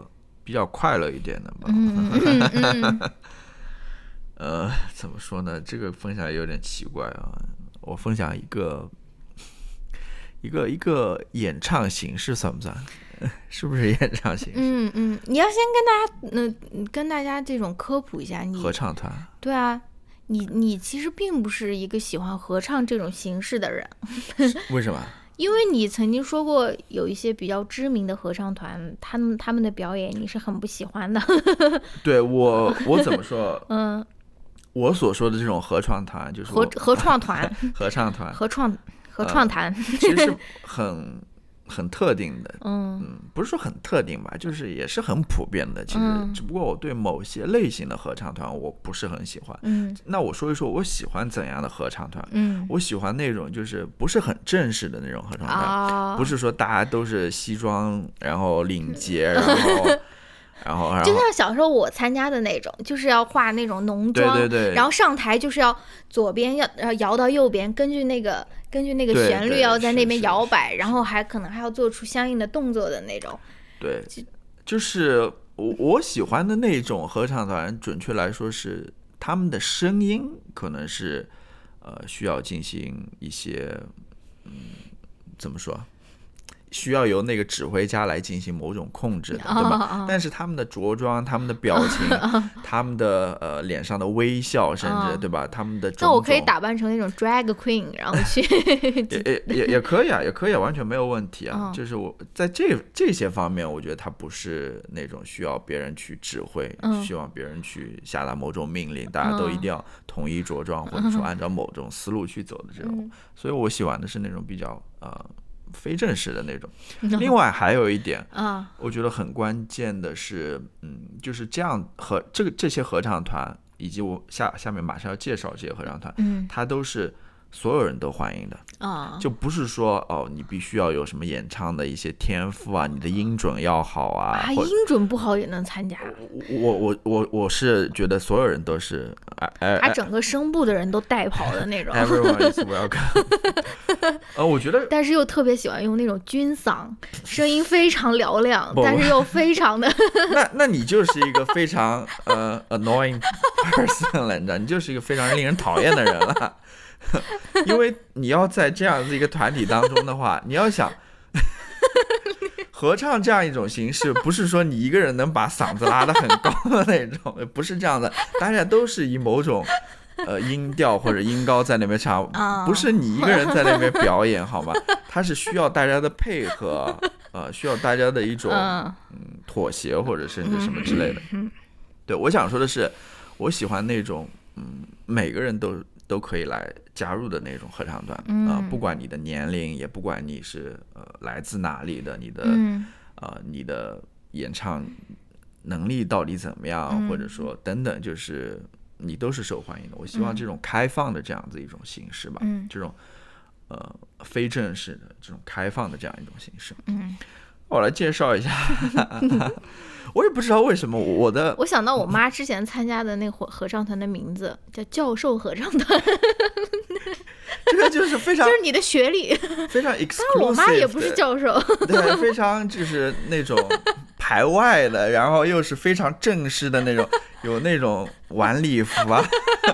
比较快乐一点的嘛。
嗯嗯嗯
呃，怎么说呢？这个分享有点奇怪啊。我分享一个一个一个演唱形式算不算？是不是演唱形式？
嗯嗯，你要先跟大家，嗯、呃，跟大家这种科普一下，你
合唱团。
对啊，你你其实并不是一个喜欢合唱这种形式的人。
为什么？
因为你曾经说过有一些比较知名的合唱团，他们他们的表演你是很不喜欢的。
对我我怎么说？
嗯，
我所说的这种合唱团就是
合合唱团，
合唱团，
合创合创团，
呃、其实是很很特定的。
嗯
嗯，不是说很特定吧，就是也是很普遍的。其实、
嗯、
只不过我对某些类型的合唱团我不是很喜欢。
嗯，
那我说一说我喜欢怎样的合唱团。
嗯，
我喜欢那种就是不是很正式的那种合唱团，
哦、
不是说大家都是西装，然后领结，然后。然后，然后
就像小时候我参加的那种，就是要化那种浓妆，
对对对，
然后上台就是要左边要要摇到右边，根据那个根据那个旋律要在那边摇摆，然后还可能还要做出相应的动作的那种。
对，就是我我喜欢的那种合唱团，准确来说是他们的声音可能是呃需要进行一些嗯怎么说？需要由那个指挥家来进行某种控制的，对吧？
oh, oh.
但是他们的着装、他们的表情、oh. 他们的呃脸上的微笑，甚至、oh. 对吧？他们的种种，
那我可以打扮成那种 drag queen， 然后去
也也也也可以啊，也可以啊，完全没有问题啊。Oh. 就是我在这这些方面，我觉得他不是那种需要别人去指挥，
oh.
希望别人去下达某种命令，大家都一定要统一着装， oh. 或者说按照某种思路去走的这种。oh. 所以我喜欢的是那种比较呃。非正式的那种。另外还有一点，我觉得很关键的是，嗯，就是这样和这个这些合唱团，以及我下下面马上要介绍这些合唱团，嗯，它都是所有人都欢迎的啊，就不是说哦，你必须要有什么演唱的一些天赋啊，你的音准要好啊，
啊，音准不好也能参加。
我我我我是觉得所有人都是，
他整个声部的人都带跑的那种。
Everyone is welcome 。呃，我觉得，
但是又特别喜欢用那种军嗓，声音非常嘹亮，但是又非常的。
那那你就是一个非常呃 annoying person 了，你知道，你就是一个非常令人讨厌的人了。因为你要在这样子一个团体当中的话，你要想合唱这样一种形式，不是说你一个人能把嗓子拉得很高的那种，不是这样的，大家都是以某种呃音调或者音高在那边唱，不是你一个人在那边表演，好吗？它是需要大家的配合，呃，需要大家的一种嗯妥协或者甚至什么之类的。对，我想说的是，我喜欢那种嗯每个人都都可以来加入的那种合唱团啊、嗯呃，不管你的年龄，也不管你是呃来自哪里的，你的、嗯、呃你的演唱能力到底怎么样，嗯、或者说等等，就是你都是受欢迎的。我希望这种开放的这样子一种形式吧，嗯、这种呃非正式的这种开放的这样一种形式。嗯，我来介绍一下。我也不知道为什么我的，
我想到我妈之前参加的那合合唱团的名字叫教授合唱团。
这个就是非常，
就是你的学历
非常 exclusive，
但我妈也不是教授，
对，非常就是那种排外的，然后又是非常正式的那种，有那种晚礼服啊。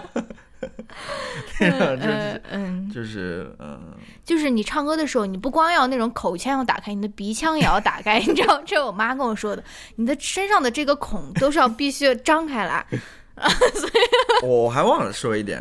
那种就是嗯，就是嗯，
就是你唱歌的时候，你不光要那种口腔要打开，你的鼻腔也要打开，你知道？这是我妈跟我说的，你的身上的这个孔都是要必须张开来。所以
我还忘了说一点，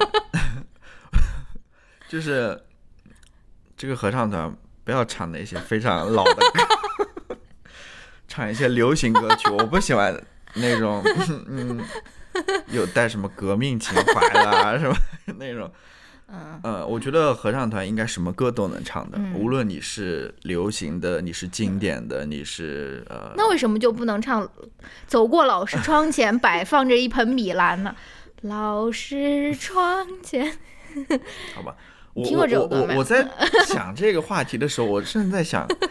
就是这个合唱团不要唱那些非常老的歌，唱一些流行歌曲，我不喜欢那种嗯。有带什么革命情怀的啊，什么那种，嗯、呃，我觉得合唱团应该什么歌都能唱的，嗯、无论你是流行的，你是经典的，你是呃，
那为什么就不能唱？走过老师窗前，摆放着一盆米兰呢？老师窗前，
好吧，我听过这首歌没有？我我在想这个话题的时候，我甚至在想，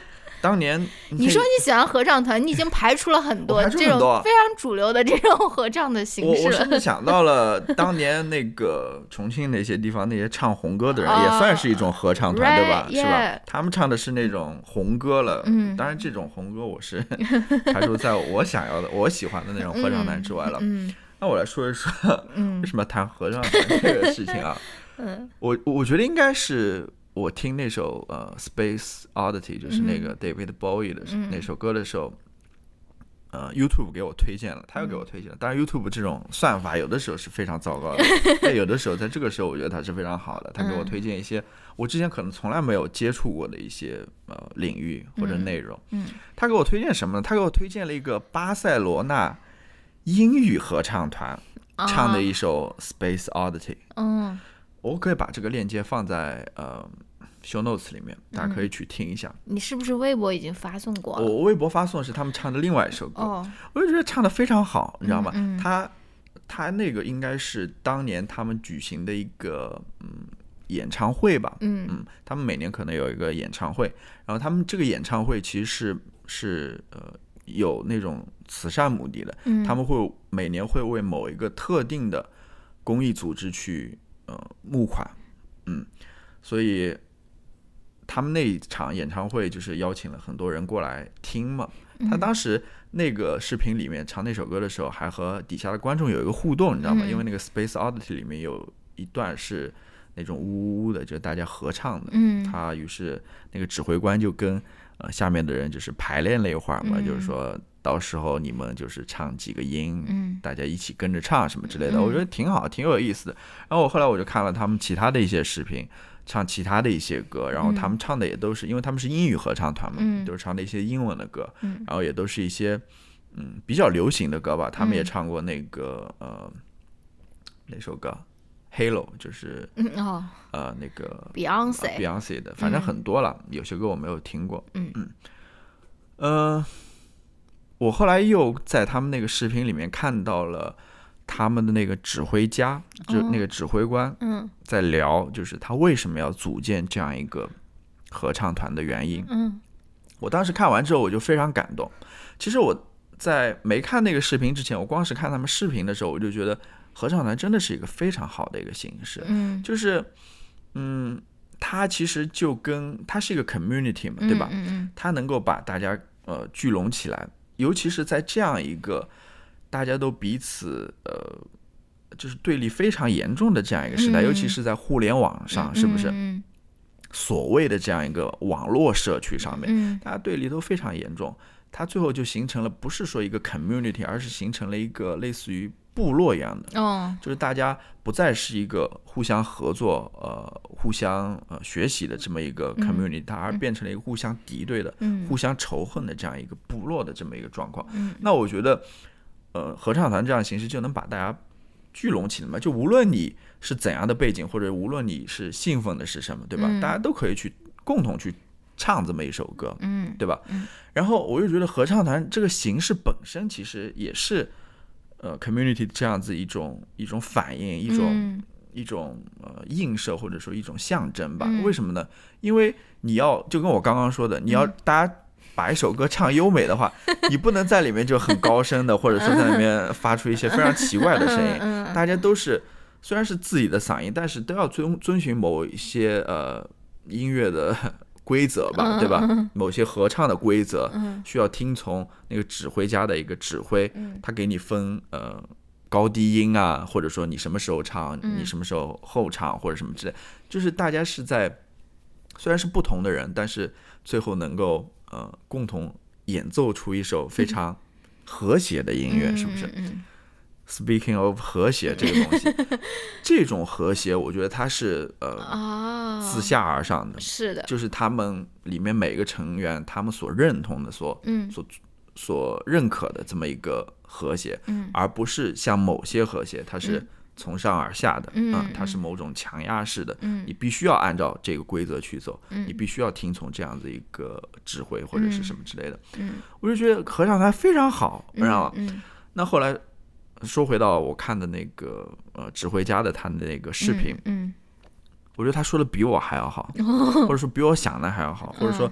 当年
你说你喜欢合唱团，你已经排除了很多这种非常主流的这种合唱的形式
我我甚至想到了当年那个重庆那些地方那些唱红歌的人，也算是一种合唱团，
uh,
对吧？
right,
是吧？
yeah.
他们唱的是那种红歌了。
嗯，
当然这种红歌我是排除在我想要的我喜欢的那种合唱团之外了。
嗯嗯、
那我来说一说为什么谈合唱团这个事情啊。
嗯，
我我觉得应该是我听那首呃 Space Oddity， 就是那个 David Bowie 的那首歌的时候，呃 YouTube 给我推荐了，他又给我推荐了。当然 YouTube 这种算法有的时候是非常糟糕的，但有的时候在这个时候我觉得它是非常好的，他给我推荐一些我之前可能从来没有接触过的一些呃领域或者内容。
嗯，
他给我推荐什么呢？他给我推荐了一个巴塞罗那英语合唱团唱的一首 Space Oddity。
嗯，
我可以把这个链接放在呃 show notes 里面，大家可以去听一下。
嗯、你是不是微博已经发送过了？
我微博发送的是他们唱的另外一首歌，
哦、
我就觉得唱的非常好，你知道吗？
嗯嗯、
他他那个应该是当年他们举行的一个嗯演唱会吧，
嗯
嗯，他们每年可能有一个演唱会，然后他们这个演唱会其实是是呃有那种慈善目的的，
嗯、
他们会每年会为某一个特定的公益组织去呃募款，嗯，所以他们那一场演唱会就是邀请了很多人过来听嘛。他当时那个视频里面唱那首歌的时候，还和底下的观众有一个互动，你知道吗？
嗯、
因为那个 Space Oddity 里面有一段是那种呜呜呜的，就是大家合唱的。
嗯，
他于是那个指挥官就跟呃下面的人就是排练了一会儿嘛，
嗯、
就是说到时候你们就是唱几个音，
嗯、
大家一起跟着唱什么之类的，
嗯、
我觉得挺好，挺有意思的。然后我后来我就看了他们其他的一些视频，唱其他的一些歌，然后他们唱的也都是，因为他们是英语合唱团嘛，
嗯、
都是唱的一些英文的歌，
嗯、
然后也都是一些嗯比较流行的歌吧。他们也唱过那个、嗯、呃那首歌 Halo， 就是、
嗯哦、
呃那个
Beyonce、
呃、Beyonce 的，反正很多了、嗯，有些歌我没有听过。
嗯
嗯呃，我后来又在他们那个视频里面看到了他们的那个指挥家，就、哦、那个指挥官，
嗯，
在聊就是他为什么要组建这样一个合唱团的原因。
嗯，
我当时看完之后我就非常感动。其实我在没看那个视频之前，我光是看他们视频的时候，我就觉得合唱团真的是一个非常好的一个形式。
嗯，
就是嗯，它其实就跟它是一个 community 嘛，对吧？
嗯嗯，
它能够把大家呃聚拢起来，尤其是在这样一个大家都彼此呃就是对立非常严重的这样一个时代，
嗯、
尤其是在互联网上，
嗯、
是不是？
嗯、
所谓的这样一个网络社区上面，
嗯、
大家对立都非常严重，它最后就形成了不是说一个 community， 而是形成了一个类似于部落一样的，
哦，
就是大家不再是一个互相合作、呃，互相呃学习的这么一个 community，、嗯、它而变成了一个互相敌对的、
嗯、
互相仇恨的这样一个部落的这么一个状况。
嗯、
那我觉得，呃，合唱团这样的形式就能把大家聚拢起来嘛，就无论你是怎样的背景，或者无论你是信奉的是什么，对吧？
嗯、
大家都可以去共同去唱这么一首歌，
嗯，
对吧？
嗯、
然后我又觉得合唱团这个形式本身其实也是。呃 ，community 这样子一种一种反应，一种、
嗯、
一种呃映射，或者说一种象征吧、
嗯。
为什么呢？因为你要就跟我刚刚说的，你要大家把一首歌唱优美的话，嗯、你不能在里面就很高声的，或者说在里面发出一些非常奇怪的声音。
嗯、
大家都是虽然是自己的嗓音，但是都要遵遵循某一些呃音乐的。规则吧，对吧？
嗯、
某些合唱的规则、
嗯、
需要听从那个指挥家的一个指挥，
嗯、
他给你分呃高低音啊，或者说你什么时候唱，
嗯、
你什么时候后唱或者什么之类，就是大家是在虽然是不同的人，但是最后能够呃共同演奏出一首非常和谐的音乐，
嗯、
是不是？
嗯嗯
Speaking of 和谐这个东西，这种和谐，我觉得它是呃、
哦、
自下而上的，
是的，
就是他们里面每个成员他们所认同的、所、
嗯、
所所认可的这么一个和谐，
嗯、
而不是像某些和谐，它是从上而下的，
嗯
嗯、它是某种强压式的，
嗯、
你必须要按照这个规则去走，
嗯、
你必须要听从这样子一个指挥或者是什么之类的，
嗯、
我就觉得合唱团非常好，
嗯、
然后、
嗯、
那后来。说回到我看的那个呃指挥家的他的那个视频，
嗯，嗯
我觉得他说的比我还要好，哦、或者说比我想的还要好，或者说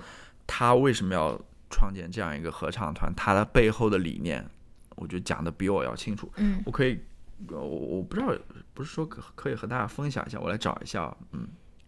他为什么要创建这样一个合唱团，他的背后的理念，我觉得讲的比我要清楚。
嗯，
我可以，我我不知道，不是说可可以和大家分享一下，我来找一下。嗯，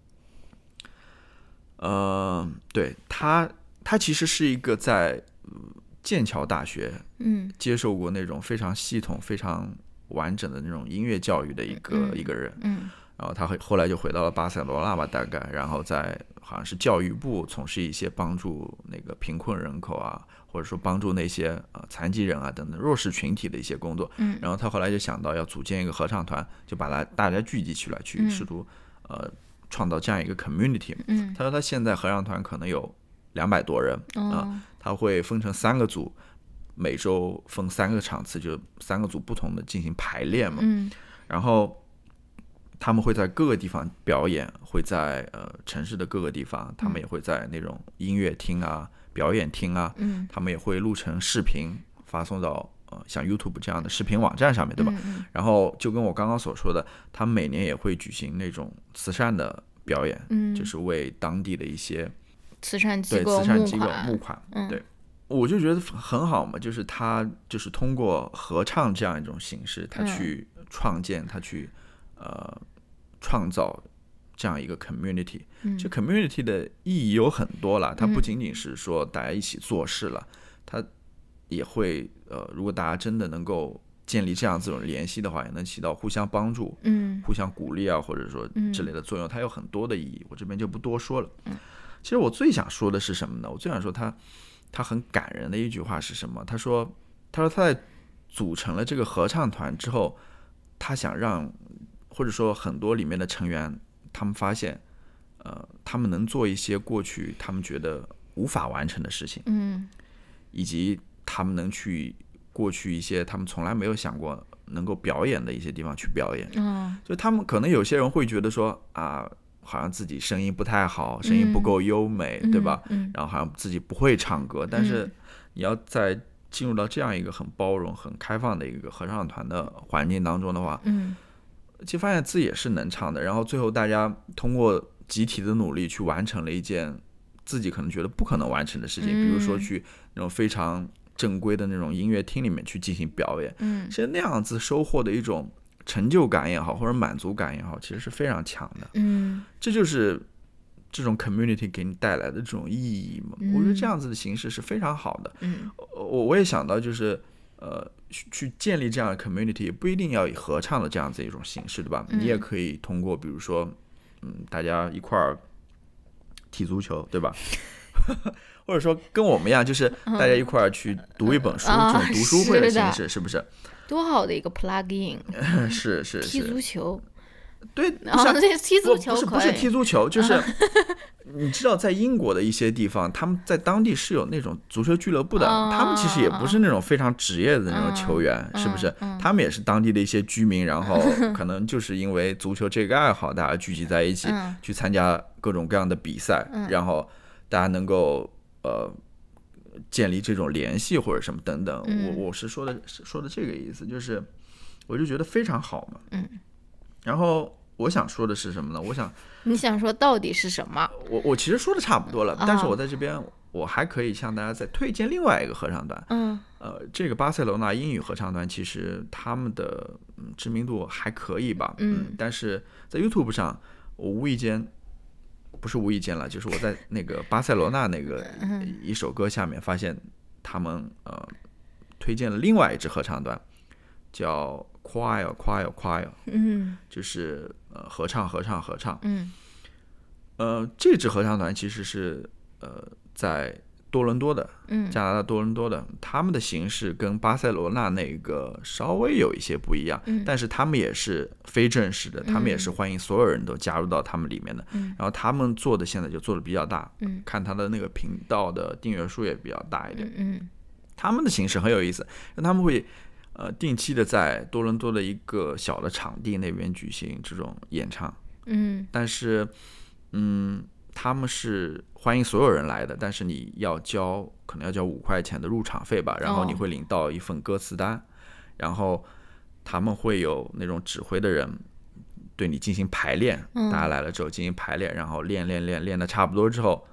呃，对他，他其实是一个在剑桥大学，
嗯，接
受过那种非常系统、非常完整的那种音乐教育的一个、
嗯、
一个人。
嗯，
然后他后来就回到了巴塞罗那吧，大概，然后在好像是教育部从事一些帮助那个贫困人口啊，或者说帮助那些呃残疾人啊等等弱势群体的一些工作。
嗯，
然后他后来就想到要组建一个合唱团，就把他大家聚集起来，去试图、嗯、呃创造这样一个 community。
嗯，
他说他现在合唱团可能有两百多人啊、
哦
呃，他会分成三个组，每周分三个场次，就三个组不同的进行排练嘛。
嗯，
然后他们会在各个地方表演，会在呃城市的各个地方，他们也会在那种音乐厅啊、表演厅啊，
嗯，
他们也会录成视频发送到呃像 YouTube 这样的视频网站上面，对吧？
嗯嗯、
然后就跟我刚刚所说的，他们每年也会举行那种慈善的表演，
嗯，
就是为当地的一些
慈善机构
对慈善机构募款，
嗯、
对。我就觉得很好嘛，就是他就是通过合唱这样一种形式，他去创建，他去呃创造这样一个 community。
嗯，
这 community 的意义有很多了，它不仅仅是说大家一起做事了，它也会呃，如果大家真的能够建立这样这种联系的话，也能起到互相帮助、
嗯，
互相鼓励啊，或者说之类的作用，它有很多的意义，我这边就不多说了。
嗯，
其实我最想说的是什么呢？我最想说他。他很感人的一句话是什么？他说：“他说他在组成了这个合唱团之后，他想让，或者说很多里面的成员，他们发现，呃，他们能做一些过去他们觉得无法完成的事情，
嗯，
以及他们能去过去一些他们从来没有想过能够表演的一些地方去表演。
嗯，
就他们可能有些人会觉得说啊。”好像自己声音不太好，声音不够优美，
嗯、
对吧、
嗯嗯？
然后好像自己不会唱歌，但是你要在进入到这样一个很包容、很开放的一个合唱团的环境当中的话，
嗯，
其实发现自己也是能唱的。然后最后大家通过集体的努力去完成了一件自己可能觉得不可能完成的事情，
嗯、
比如说去那种非常正规的那种音乐厅里面去进行表演。
嗯，
其实那样子收获的一种成就感也好，或者满足感也好，其实是非常强的。
嗯，
这就是这种 community 给你带来的这种意义嘛。
嗯、
我觉得这样子的形式是非常好的。
嗯，
我我也想到就是呃，去建立这样的 community 不一定要以合唱的这样子一种形式，对吧？
嗯、
你也可以通过比如说，嗯，大家一块儿踢足球，对吧？或者说跟我们一样，就是大家一块儿去读一本书，
嗯、
这种读书会的形式，
是,
是不是？
多好的一个 plug in，
是是是，
踢足球，
对，
不是、哦、踢足球
不是不是踢足球，就是你知道，在英国的一些地方，他们在当地是有那种足球俱乐部的，
哦、
他们其实也不是那种非常职业的那种球员，
嗯、
是不是、
嗯？
他们也是当地的一些居民，然后可能就是因为足球这个爱好，大家聚集在一起、
嗯、
去参加各种各样的比赛，
嗯、
然后大家能够呃。建立这种联系或者什么等等，
嗯、
我我是说的说的这个意思，就是我就觉得非常好嘛。
嗯，
然后我想说的是什么呢？我想
你想说到底是什么？
我我其实说的差不多了，
哦、
但是我在这边我还可以向大家再推荐另外一个合唱团。
嗯，
呃，这个巴塞罗那英语合唱团其实他们的、嗯、知名度还可以吧，
嗯，
嗯但是在 YouTube 上，我无意间。不是无意间了，就是我在那个巴塞罗那那个一首歌下面发现他们呃推荐了另外一支合唱团，叫 Choir Choir Choir，
嗯，
就是呃合唱合唱合唱，
嗯，
呃这支合唱团其实是呃在多伦多的，
嗯，
加拿大多伦多的，他们的形式跟巴塞罗那那个稍微有一些不一样，
嗯，
但是他们也是非正式的，他们也是欢迎所有人都加入到他们里面的，
嗯，
然后他们做的现在就做的比较大，
嗯，
看他的那个频道的订阅数也比较大一点，
嗯，嗯
他们的形式很有意思，他们会呃定期的在多伦多的一个小的场地那边举行这种演唱，
嗯，
但是嗯。他们是欢迎所有人来的，但是你要交可能要交五块钱的入场费吧，然后你会领到一份歌词单，哦、然后他们会有那种指挥的人对你进行排练，
嗯、
大家来了之后进行排练，然后练练练练的差不多之后，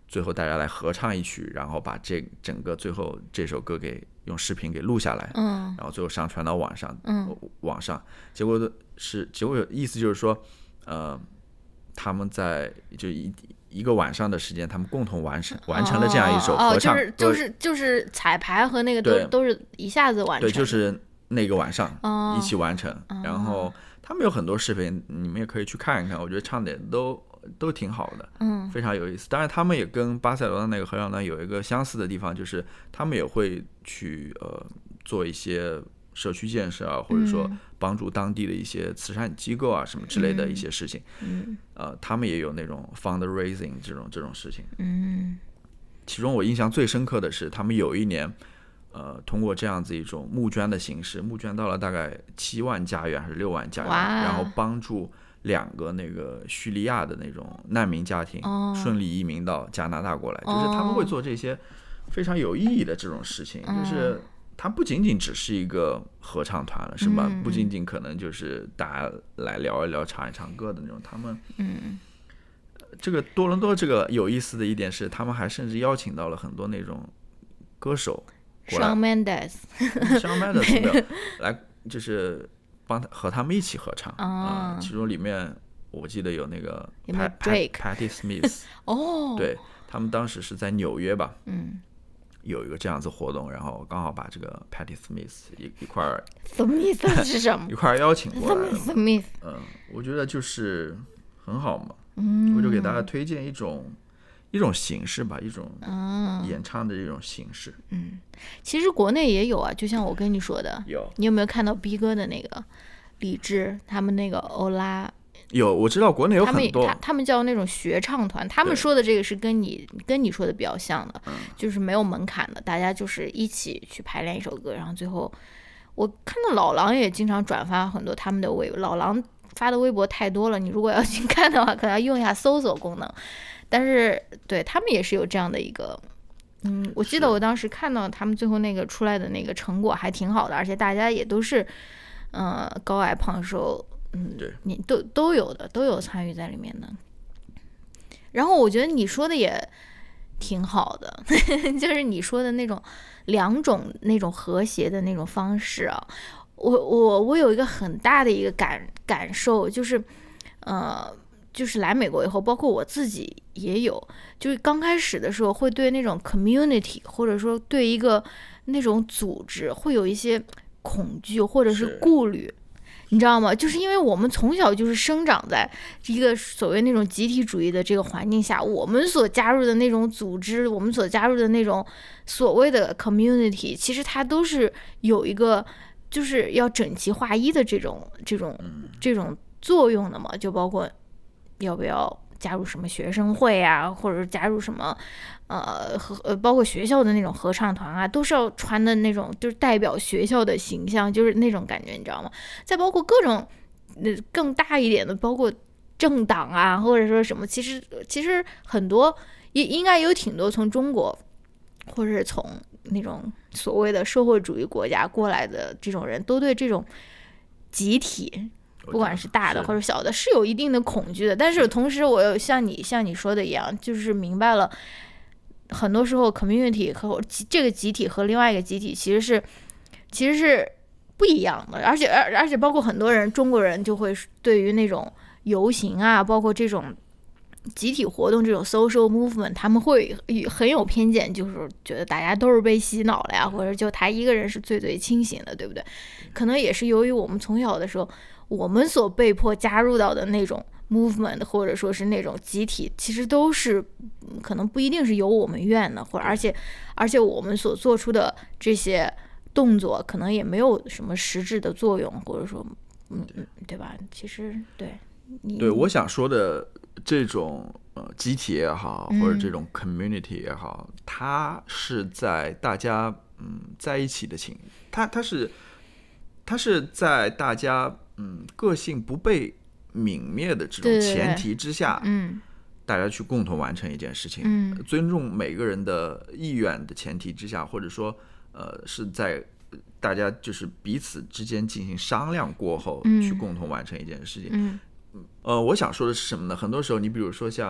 最后大家来合唱一曲，然后把这整个最后这首歌给用视频给录下来，
嗯，
然后最后上传到网上，
嗯，
网上，结果是结果意思就是说，呃，他们在就一一个晚上的时间，他们共同完成完成了这样一首合唱，
哦，就是就是就是彩排和那个都都是一下子完成，
对，就是那个晚上一起完成，
哦，
然后他们有很多视频，你们也可以去看一看，我觉得唱的都都挺好的，
嗯，
非常有意思。当然，他们也跟巴塞罗那那个合唱团有一个相似的地方，就是他们也会去呃做一些社区建设啊，或者说帮助当地的一些慈善机构啊什么之类的一些事情。
嗯，
呃，他们也有那种 fundraising 这种这种事情。
嗯，
其中我印象最深刻的是，他们有一年，呃，通过这样子一种募捐的形式，募捐到了大概七万加元还是六万加元，然后帮助两个那个叙利亚的那种难民家庭顺利移民到加拿大过来，
哦，
就是他们会做这些非常有意义的这种事情，
哦，
就是它不仅仅只是一个合唱团了，是吧？
嗯，
不仅仅可能就是大家来聊一聊、唱一唱歌的那种，他们，
嗯，
这个多伦多这个有意思的一点是，他们还甚至邀请到了很多那种歌手过来
Shawn Mendes，Shawn
Mendes 没有来，就是帮他和他们一起合唱啊、
哦
呃，其中里面我记得有那个
有没有
Pat, Patti Smith
哦，
对，他们当时是在纽约吧，
嗯，
有一个这样子活动，然后刚好把这个 Patti Smith 一一块儿
Smith 是什么？
一块儿邀请过来了
Smith，
嗯，我觉得就是很好嘛，
嗯，
我就给大家推荐一种一种形式吧，一种
嗯
演唱的这种形式。
嗯，其实国内也有啊，就像我跟你说的，
有，
你有没有看到逼哥的那个李志他们那个欧拉？
有，我知道国内有
他们
很多，
他他们叫那种学唱团，他们说的这个是跟你跟你说的比较像的，
嗯，
就是没有门槛的，大家就是一起去排练一首歌，然后最后我看到老狼也经常转发很多他们的微，老狼发的微博太多了，你如果要去看的话，可能要用一下搜索功能，但是对他们也是有这样的一个。嗯，我记得我当时看到他们最后那个出来的那个成果还挺好的，而且大家也都是，呃，高矮胖瘦，嗯，
对，
你都都有的，都有参与在里面的。然后我觉得你说的也挺好的，就是你说的那种两种那种和谐的那种方式啊，我我我有一个很大的一个感感受，就是呃，就是来美国以后，包括我自己也有，就是刚开始的时候会对那种 community 或者说对一个那种组织会有一些恐惧或者是顾虑。你知道吗？就是因为我们从小就是生长在一个所谓那种集体主义的这个环境下，我们所加入的那种组织，我们所加入的那种所谓的 community， 其实它都是有一个就是要整齐划一的这种这种这种作用的嘛，就包括要不要加入什么学生会啊，或者是加入什么呃和呃包括学校的那种合唱团啊，都是要穿的那种就是代表学校的形象，就是那种感觉，你知道吗？再包括各种呃更大一点的，包括政党啊，或者说什么，其实其实很多也应该有挺多从中国或者是从那种所谓的社会主义国家过来的这种人，都对这种集体。不管是大的或者小的，是有一定的恐惧的。但是同时，我又像你像你说的一样，就是明白了，很多时候 community 和这个集体和另外一个集体其实是其实是不一样的。而且而而且包括很多人，中国人就会对于那种游行啊，包括这种集体活动这种 social movement， 他们会很有偏见，就是觉得大家都是被洗脑了呀，或者就他一个人是最最清醒的，对不对？可能也是由于我们从小的时候，我们所被迫加入到的那种 movement， 或者说是那种集体，其实都是可能不一定是由我们愿的，或者而且而且我们所做出的这些动作，可能也没有什么实质的作用，或者说，嗯，对吧？其实对，
对，我想说的这种呃集体也好，或者这种 community 也好，嗯、它是在大家嗯在一起的情，它它是它是在大家嗯个性不被泯灭的这种前提之下，
对对对嗯，
大家去共同完成一件事情，
嗯，
尊重每个人的意愿的前提之下，或者说呃是在大家就是彼此之间进行商量过后，
嗯、
去共同完成一件事情。
嗯，
呃，我想说的是什么呢？很多时候，你比如说像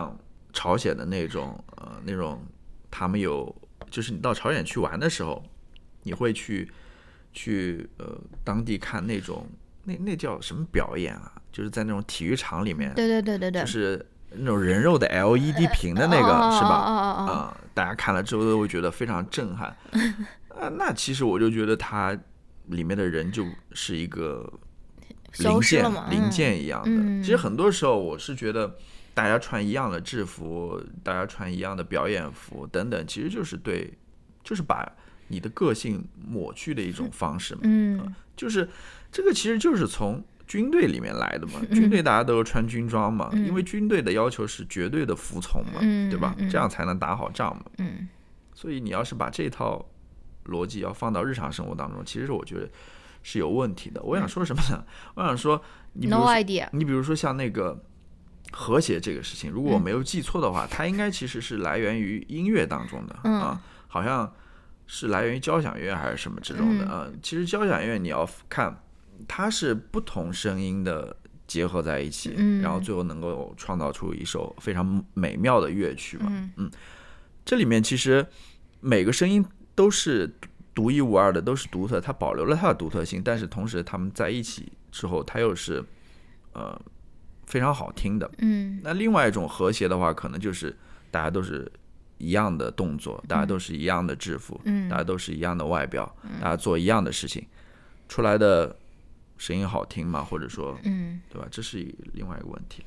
朝鲜的那种呃那种他们有，就是你到朝鲜去玩的时候，你会去去呃当地看那种那那叫什么表演啊？就是在那种体育场里面，
对对对对对，
就是那种人肉的 L E D 屏的那个、
呃、
是吧？
啊、哦哦
呃，大家看了之后都会觉得非常震撼。啊，那其实我就觉得它里面的人就是一个零件零件一样的、
嗯。
其实很多时候我是觉得大家穿一样的制服，大家穿一样的表演服等等，其实就是对，就是把你的个性抹去的一种方式嘛。
嗯，
呃、就是这个其实就是从军队里面来的嘛。军队大家都是穿军装嘛、嗯，因为军队的要求是绝对的服从嘛，
嗯、
对吧、嗯？这样才能打好仗嘛。
嗯，
所以你要是把这套逻辑要放到日常生活当中，其实我觉得是有问题的。我想说什么呢？我想说，你比如说
No idea.
你比如说像那个和谐这个事情，如果我没有记错的话，嗯、它应该其实是来源于音乐当中的、
嗯、
啊，好像是来源于交响乐还是什么这种的、嗯、啊。其实交响乐你要看，它是不同声音的结合在一起、
嗯，
然后最后能够创造出一首非常美妙的乐曲嘛。
嗯，
嗯这里面其实每个声音都是独一无二的，都是独特，它保留了它的独特性，但是同时它们在一起之后，它又是呃非常好听的。
嗯，
那另外一种和谐的话，可能就是大家都是一样的动作，大家都是一样的制服，
嗯，
大家都是一样的外表，大家做一样的事情，出来的声音好听嘛，或者说，
嗯，
对吧？这是另外一个问题了。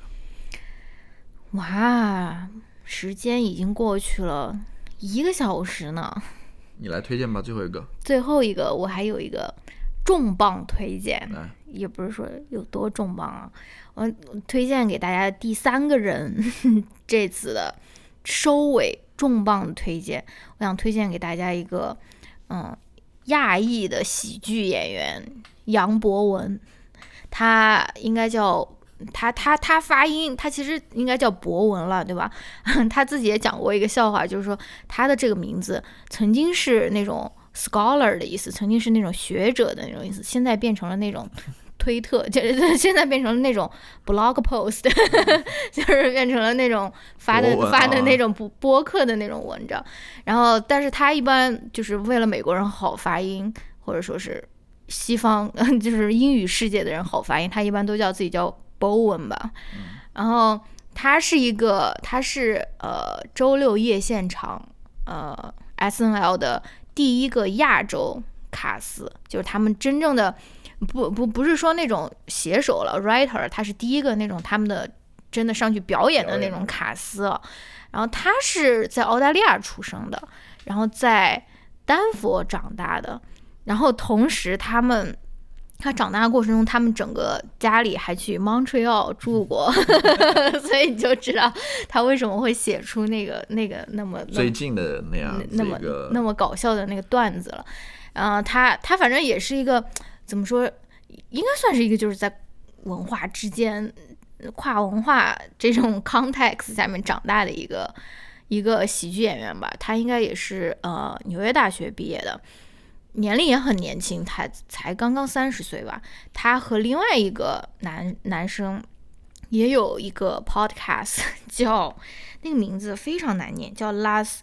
哇，时间已经过去了一个小时呢。
你来推荐吧，最后一个。
最后一个，我还有一个重磅推荐，也不是说有多重磅啊。我推荐给大家第三个人，这次的收尾重磅的推荐，我想推荐给大家一个，嗯，亚裔的喜剧演员杨博文，他应该叫。他他他发音，他其实应该叫博文了，对吧？他自己也讲过一个笑话，就是说他的这个名字曾经是那种 scholar 的意思，曾经是那种学者的那种意思，现在变成了那种推特，就是现在变成了那种 blog post， 就是变成了那种发的发的那种播客的那种文章。然后，但是他一般就是为了美国人好发音，或者说是西方就是英语世界的人好发音，他一般都叫自己叫Bowen 吧，然后他是一个，他是呃周六夜现场呃 S N L 的第一个亚洲卡司，就是他们真正的不不不是说那种写手了 writer， 他是第一个那种他们的真的上去表演的那种卡司。然后他是在澳大利亚出生的，然后在丹佛长大的，然后同时他们。他长大的过程中，他们整个家里还去 Montreal 住过，所以你就知道他为什么会写出那个那个那么
最近的那样
那么那么搞笑的那个段子了。呃，他他反正也是一个怎么说，应该算是一个就是在文化之间跨文化这种 context 下面长大的一个一个喜剧演员吧。他应该也是呃纽约大学毕业的。年龄也很年轻，他才刚刚三十岁吧。他和另外一个男男生也有一个 podcast， 叫那个名字非常难念，叫 Las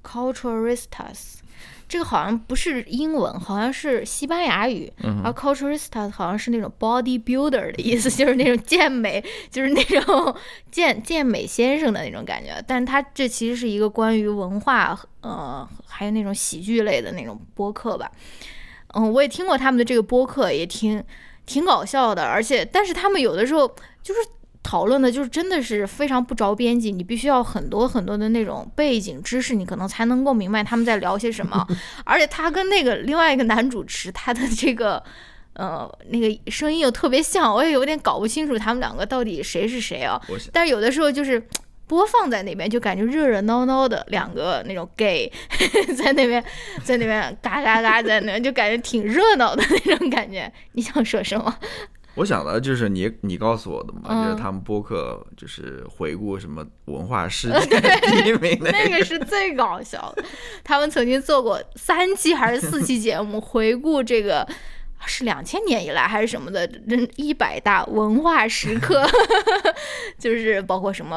Culturistas。这个好像不是英文，好像是西班牙语。
嗯、
而 Culturistas 好像是那种 bodybuilder 的意思，就是那种健美，就是那种健健美先生的那种感觉。但它这其实是一个关于文化，呃，还有那种喜剧类的那种播客吧。嗯，我也听过他们的这个播客，也挺挺搞笑的，而且但是他们有的时候就是讨论的就是真的是非常不着边际，你必须要很多很多的那种背景知识，你可能才能够明白他们在聊些什么。而且他跟那个另外一个男主持，他的这个呃那个声音又特别像，我也有点搞不清楚他们两个到底谁是谁啊。但是有的时候就是播放在那边，就感觉热热闹闹的两个那种 gay 在那边在那边嘎嘎嘎在那边，就感觉挺热闹的那种感觉。你想说什么？
我想的就是你你告诉我的嘛，嗯、就是他们播客就是回顾什么文化世界第一名、那个，
那个是最搞笑的。他们曾经做过三期还是四期节目，回顾这个是两千年以来还是什么的一百大文化时刻，就是包括什么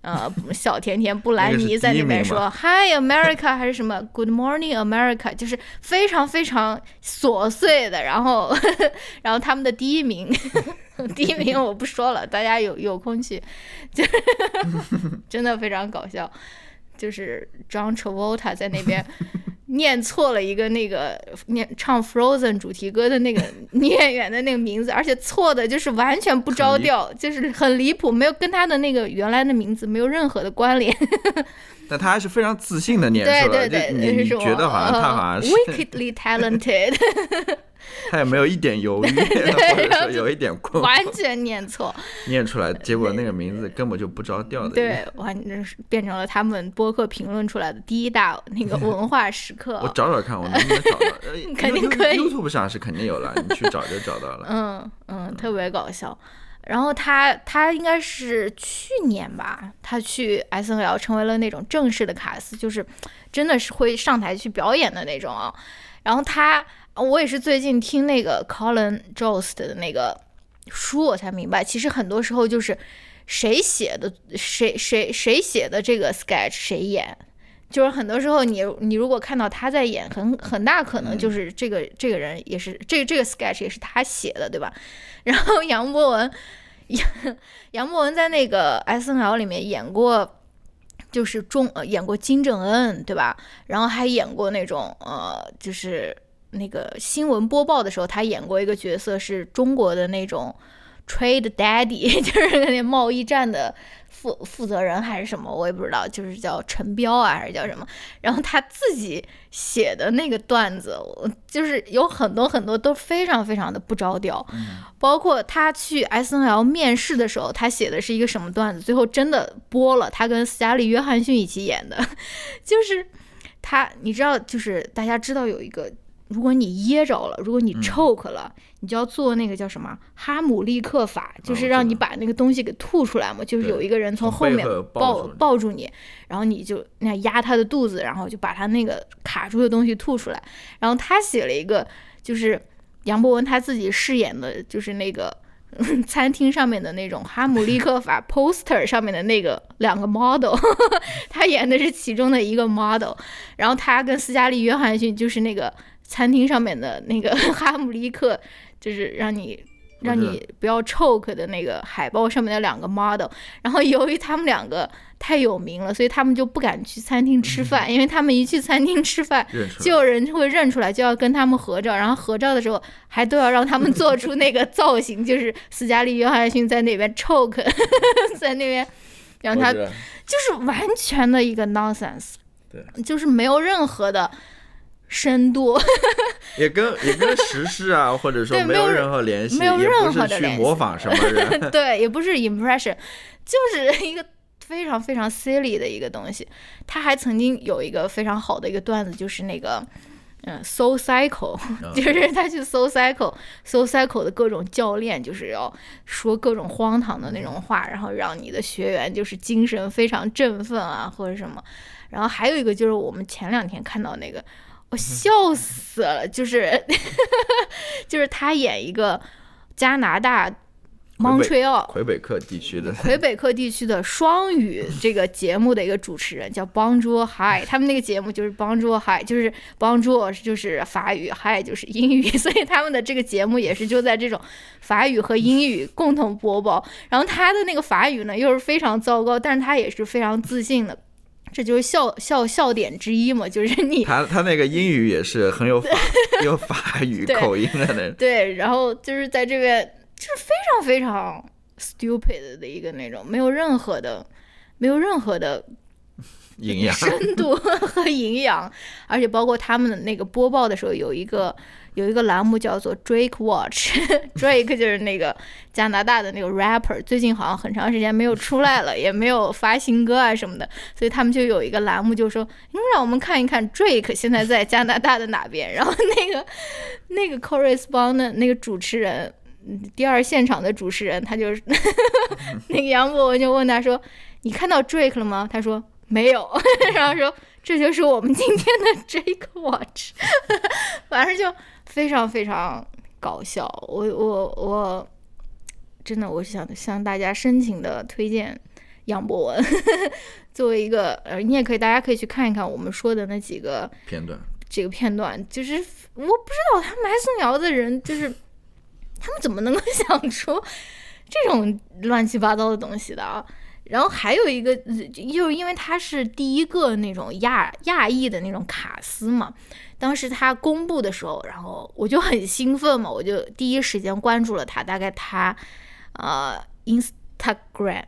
呃，小甜甜布兰妮在那边说 Hi America 还是什么 Good Morning America， 就是非常非常琐碎的，然后呵呵然后他们的第一名第一名我不说了，大家有有空去，就是真的非常搞笑，就是 John Travolta 在那边念错了一个那个念唱 Frozen 主题歌的那个女演员的那个名字，而且错的就是完全不着调，就是很离谱，没有跟她的那个原来的名字没有任何的关联。
但她还是非常自信的念出来，
对对对，
你你觉得好像她好像是
wickedly talented
他也没有一点犹豫，或者说有一点困惑，
完全念错，
念出来，结果那个名字根本就不着调的，
对，完全是变成了他们播客评论出来的第一大那个文化时刻。
我找找看，我能不能找到？
肯定可以
，YouTube 上是肯定有了，你去找就找到了。
嗯嗯，特别搞笑。然后他他应该是去年吧，他去 S N L 成为了那种正式的卡司，就是真的是会上台去表演的那种啊。然后他。我也是最近听那个 Colin Jost 的那个书，我才明白，其实很多时候就是谁写的，谁谁谁写的这个 sketch 谁演，就是很多时候你你如果看到他在演，很很大可能就是这个、嗯、这个人也是这这个 sketch 也是他写的，对吧？然后杨博文，杨杨博文在那个 S N L 里面演过。就是中呃演过金正恩，对吧？然后还演过那种呃，就是那个新闻播报的时候，他演过一个角色，是中国的那种 trade daddy， 就是那贸易战的负负责人还是什么，我也不知道，就是叫陈彪啊还是叫什么。然后他自己写的那个段子，就是有很多很多都非常非常的不着调，包括他去 S N L 面试的时候，他写的是一个什么段子，最后真的播了，他跟斯嘉丽·约翰逊一起演的，就是他，你知道，就是大家知道有一个。如果你噎着了，如果你 choke 了、嗯、你就要做那个叫什么哈姆立克法，就是让你把那个东西给吐出来嘛，就是有一个人从后面抱抱住你，然后你就那压他的肚子，然后就把他那个卡住的东西吐出来。然后他写了一个，就是杨博文他自己饰演的，就是那个餐厅上面的那种哈姆立克法 poster 上面的那个两个 model 他演的是其中的一个 model， 然后他跟斯嘉丽·约翰逊就是那个餐厅上面的那个哈姆立克，就是让你让你不要 choke 的那个海报上面的两个 model， 然后由于他们两个太有名了，所以他们就不敢去餐厅吃饭、嗯、因为他们一去餐厅吃饭就有人会认出来，就要跟他们合照，然后合照的时候还都要让他们做出那个造型就是斯嘉丽·约翰逊在那边 choke 在那边，让他就是完全的一个 nonsense，
对，
就是没有任何的深度
也跟也跟时事啊或者说没有任何联系，
没有任何的
也不是去模仿什么人
对，也不是 impression， 就是一个非常非常 silly 的一个东西。他还曾经有一个非常好的一个段子，就是那个嗯 Soul Cycle， 就是他去 Soul Cycle Soul Cycle 的各种教练就是要说各种荒唐的那种话，然后让你的学员就是精神非常振奋啊或者什么。然后还有一个就是我们前两天看到那个我笑死了，就是就是他演一个加拿大 Montreal
魁北克地区的
魁北克地区的双语这个节目的一个主持人叫 Bonjour Hi， 他们那个节目就是 Bonjour Hi， 就是 Bonjour 就是法语 Hi 就是英语，所以他们的这个节目也是就在这种法语和英语共同播报。然后他的那个法语呢又是非常糟糕，但是他也是非常自信的，这就是笑笑笑点之一嘛，就是你
他他那个英语也是很有法有法语口音的那种，
对，然后就是在这边就是非常非常 stupid 的一个那种，没有任何的没有任何的
营养
深度和营养，而且包括他们的那个播报的时候有一个有一个栏目叫做 Drake Watch Drake 就是那个加拿大的那个 rapper， 最近好像很长时间没有出来了，也没有发新歌啊什么的，所以他们就有一个栏目就说嗯，让我们看一看 Drake 现在在加拿大的哪边。然后那个那个 correspondent 那个主持人第二现场的主持人他就是那个杨博文就问他说你看到 Drake 了吗？他说没有然后说这就是我们今天的 Drake Watch 反正就非常非常搞笑。我我我真的我想向大家深情的推荐杨博文作为一个呃，你也可以，大家可以去看一看我们说的那几个
片段。
这个片段就是我不知道他埋宋瑶的人，就是他们怎么能够想出这种乱七八糟的东西的啊？然后还有一个，就是因为他是第一个那种亚亚裔的那种卡司嘛，当时他公布的时候，然后我就很兴奋嘛，我就第一时间关注了他。大概他呃 Instagram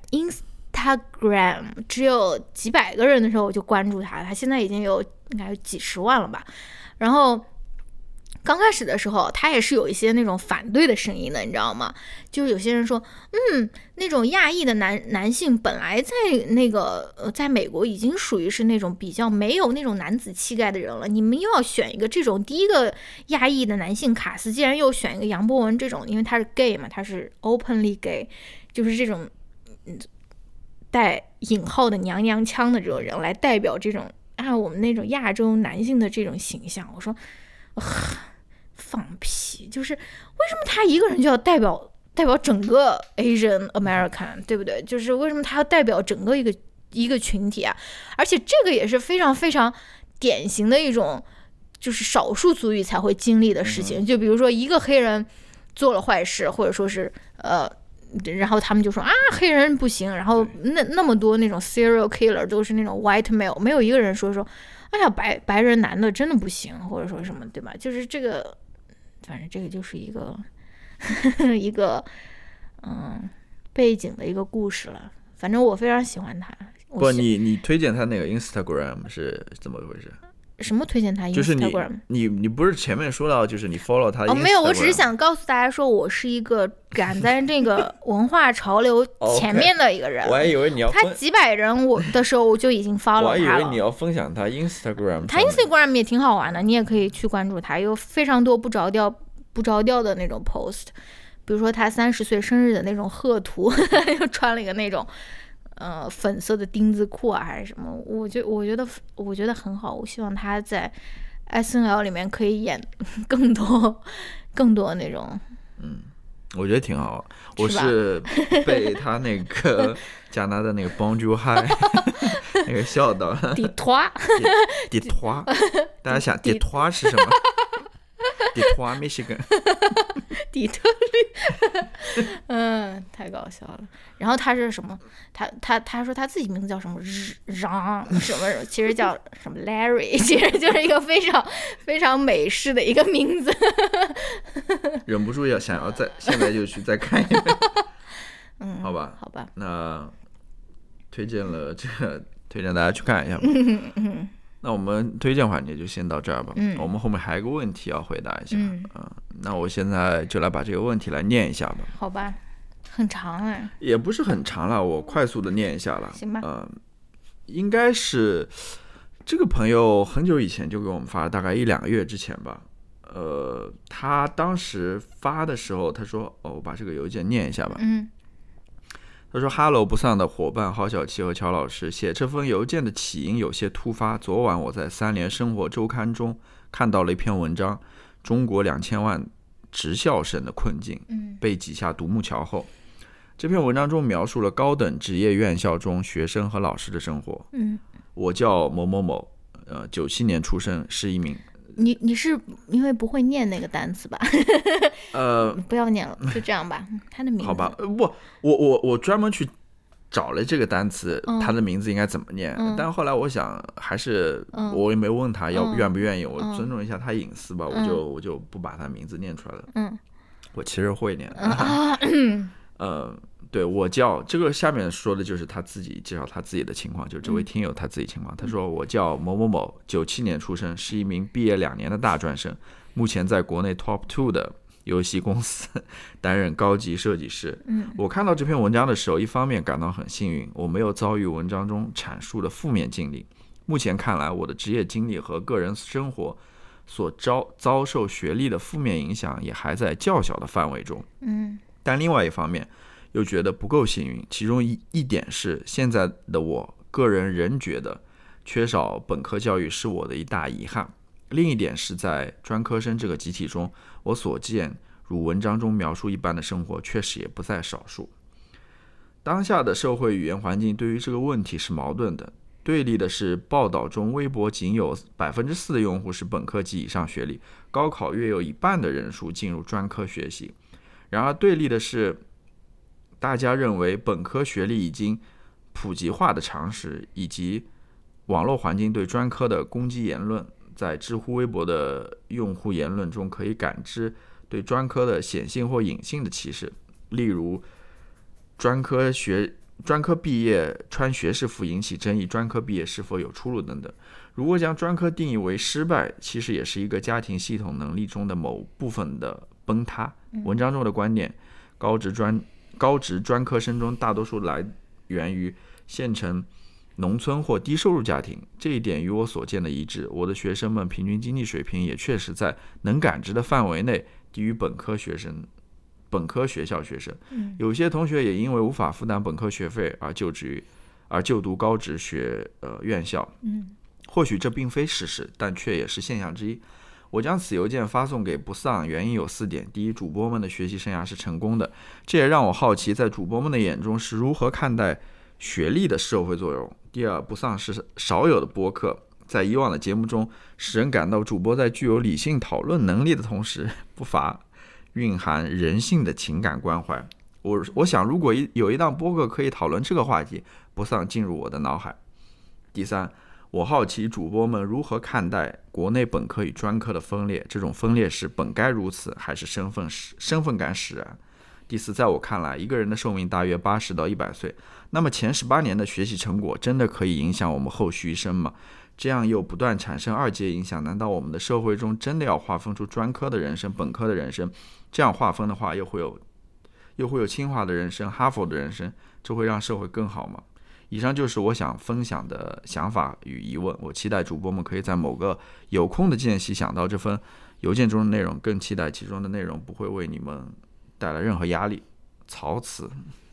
Instagram 只有几百个人的时候，我就关注他，他现在已经有应该有几十万了吧。然后刚开始的时候，他也是有一些那种反对的声音的，你知道吗？就是有些人说，嗯，那种亚裔的男男性本来在那个呃，在美国已经属于是那种比较没有那种男子气概的人了，你们又要选一个这种第一个亚裔的男性卡司，既然又选一个杨博文这种，因为他是 gay 嘛，他是 openly gay， 就是这种嗯带引号的娘娘腔的这种人来代表这种啊我们那种亚洲男性的这种形象，我说。呃放屁！就是为什么他一个人就要代表代表整个 Asian American， 对不对？就是为什么他要代表整个一个一个群体啊？而且这个也是非常非常典型的一种，就是少数族裔才会经历的事情。嗯、就比如说一个黑人做了坏事，或者说是呃，然后他们就说啊黑人不行，然后那那么多那种 serial killer 都是那种 white male， 没有一个人说说。哎呀，白白人男的真的不行，或者说什么，对吧？就是这个，反正这个就是一个呵呵一个嗯背景的一个故事了。反正我非常喜欢他。
不，你你推荐他那个 Instagram 是怎么回事？
什么推荐他 Instagram？
就是你你你不是前面说到，就是你 follow 他的 Instagram？
哦，没有，我只是想告诉大家说，我是一个赶在这个文化潮流前面的一个人。
okay, 我还以为你要
他几百人我的时候，我就已经 follow 他了。
我还以为你要分享他 Instagram。
他 Instagram 也挺好玩的，你也可以去关注他，有非常多不着调不着调的那种 post， 比如说他三十岁生日的那种贺图，又穿了一个那种。呃，粉色的丁字裤啊，还是什么？我觉我觉得我觉得很好。我希望他在 S N L 里面可以演更多更多那种。
嗯，我觉得挺好。我是被他那个加拿大那个 Bonjour Hi 那个笑到了。
底托，
底托，大家想底托是什么？底托 Michigan。
底特律，嗯，太搞笑了。然后他是什么？他他他说他自己名字叫什么？让什么？其实叫什么 Larry， 其实就是一个非常非常美式的一个名字。
忍不住要想要再现在就去再看一遍。
嗯，
好吧，
好吧。
那推荐了这个，推荐大家去看一下吧。
嗯嗯。
那我们推荐环节就先到这儿吧。
嗯，
我们后面还有个问题要回答一下。
嗯，
呃、那我现在就来把这个问题来念一下吧。
好吧，很长哎。
也不是很长了，我快速的念一下了。
行吧。
呃，应该是这个朋友很久以前就给我们发，大概一两个月之前吧。呃，他当时发的时候，他说：“哦，我把这个邮件念一下吧。”
嗯。
他说哈喽不丧的伙伴郝小七和乔老师，写这封邮件的起因有些突发。昨晚我在三联生活周刊中看到了一篇文章，中国两千万职校生的困境，被挤下独木桥后，这篇文章中描述了高等职业院校中学生和老师的生活。
嗯，
我叫某某某，呃，九七年出生，是一名。
你你是因为不会念那个单词吧？
呃，
不要念了，就这样吧。他的名字
好吧，不，我我我专门去找了这个单词，
嗯、
他的名字应该怎么念？
嗯、
但后来我想，还是、嗯、我也没问他要、嗯、愿不愿意，我尊重一下他隐私吧，嗯、我就我就不把他名字念出来了。
嗯，
我其实会念。
嗯啊、
呃，对，我叫这个下面说的就是他自己介绍他自己的情况，就是这位听友他自己情况。嗯、他说我叫某某某，九七年出生，是一名毕业两年的大专生，目前在国内 top two 的游戏公司担任高级设计师。
嗯，
我看到这篇文章的时候，一方面感到很幸运，我没有遭遇文章中阐述的负面经历。目前看来，我的职业经历和个人生活所遭遭受学历的负面影响也还在较小的范围中。
嗯，
但另外一方面又觉得不够幸运，其中 一, 一点是现在的我个人仍觉得缺少本科教育是我的一大遗憾。另一点是在专科生这个集体中，我所见如文章中描述一般的生活确实也不在少数。 当下的社会语言环境对于这个问题是矛盾的。对立的是，报道中微博仅有百分之四的用户是本科及以上学历，高考约有一半的人数进入专科学习。然而，对立的是，大家认为本科学历已经普及化的常识，以及网络环境对专科的攻击言论。在知乎、微博的用户言论中，可以感知对专科的显性或隐性的歧视，例如专科学。专科毕业穿学士服引起争议，专科毕业是否有出路等等。如果将专科定义为失败，其实也是一个家庭系统能力中的某部分的崩塌。文章中的观点，高职专高职专科生中大多数来源于县城、农村或低收入家庭，这一点与我所见的一致。我的学生们平均经济水平也确实在能感知的范围内低于本科学生。本科学校学生，有些同学也因为无法负担本科学费而就职于而就读高职学呃院校。或许这并非事实，但却也是现象之一。我将此邮件发送给不丧，原因有四点：第一，主播们的学习生涯是成功的，这也让我好奇，在主播们的眼中是如何看待学历的社会作用。第二，不丧是少有的播客，在以往的节目中，使人感到主播在具有理性讨论能力的同时，不乏蕴含人性的情感关怀。我我想，如果有一档播客可以讨论这个话题，不丧进入我的脑海。第三，我好奇主播们如何看待国内本科与专科的分裂，这种分裂是本该如此，还是身份身份感使然？第四，在我看来，一个人的寿命大约八十到一百岁，那么前十八年的学习成果真的可以影响我们后续一生吗？这样又不断产生二阶影响，难道我们的社会中真的要划分出专科的人生、本科的人生？这样划分的话，又会有又会有清华的人生、哈佛的人生，这会让社会更好吗？以上就是我想分享的想法与疑问。我期待主播们可以在某个有空的间隙想到这份邮件中的内容，更期待其中的内容不会为你们带来任何压力。曹辞，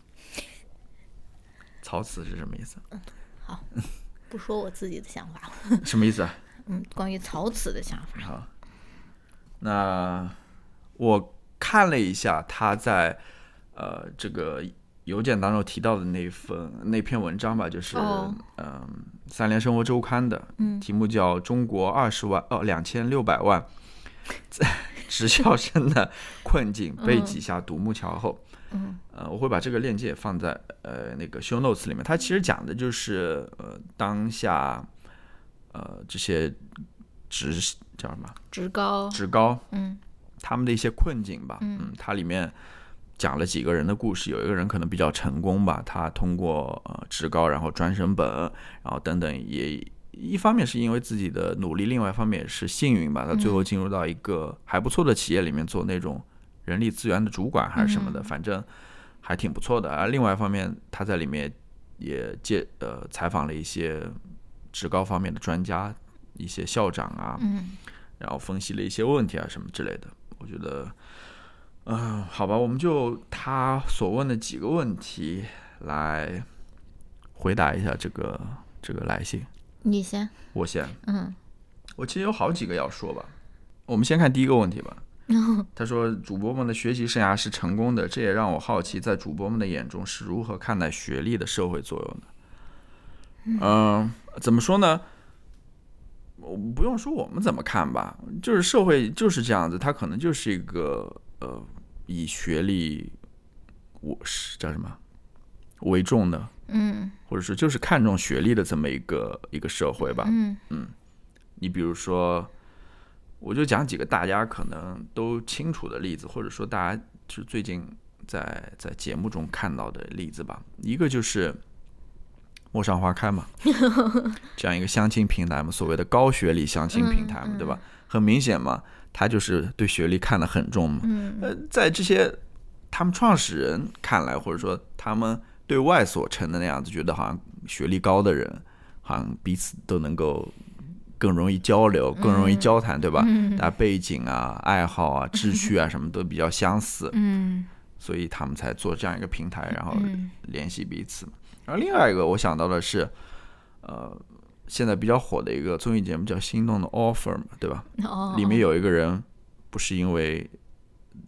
曹辞是什么意思？
嗯，好，不说我自己的想法了。
什么意思啊？
嗯，关于曹辞的想法。
好，那我看了一下他在呃这个邮件当中提到的那份那篇文章吧，就是嗯、
哦
呃、三联生活周刊的，
嗯，
题目叫中国二十万哦两千六百万职校生的困境被挤下独木桥后，
嗯，呃，
我会把这个链接也放在呃那个 show notes 里面。它其实讲的就是呃当下呃这些职叫什么
职高
职高，
嗯，
他们的一些困境吧，
嗯，
嗯它里面讲了几个人的故事，有一个人可能比较成功吧，他通过呃职高，然后专升本，然后等等，也一方面是因为自己的努力，另外一方面也是幸运吧，他最后进入到一个还不错的企业里面做那种人力资源的主管还是什么的，
嗯、
反正还挺不错的。而另外一方面，他在里面也接呃采访了一些职高方面的专家，一些校长啊，
嗯，
然后分析了一些问题啊什么之类的。我觉得，嗯、呃，好吧，我们就他所问的几个问题来回答一下这个这个来信。
你先，
我先，
嗯，
我其实有好几个要说吧。我们先看第一个问题吧。他说主播们的学习生涯是成功的，这也让我好奇，在主播们的眼中是如何看待学历的社会作用的。嗯、呃，怎么说呢？我不用说我们怎么看吧，就是社会就是这样子，它可能就是一个呃以学历我是叫什么为重的，
嗯，
或者说就是看重学历的这么一个一个社会吧。
嗯
嗯，你比如说，我就讲几个大家可能都清楚的例子，或者说大家就最近在在节目中看到的例子吧。一个就是陌上花开嘛，这样一个相亲平台嘛，所谓的高学历相亲平台嘛，
嗯嗯、
对吧？很明显嘛，他就是对学历看得很重嘛。
嗯，
呃，在这些他们创始人看来，或者说他们对外所称的那样子，觉得好像学历高的人，好像彼此都能够更容易交流，更容易交谈，嗯、对吧？
嗯、
大家背景啊、爱好啊、志趣啊什么都比较相似，
嗯，
所以他们才做这样一个平台，然后联系彼此。然后另外一个我想到的是，呃，现在比较火的一个综艺节目叫《心动的 offer》嘛，对吧？
哦，
里面有一个人不是因为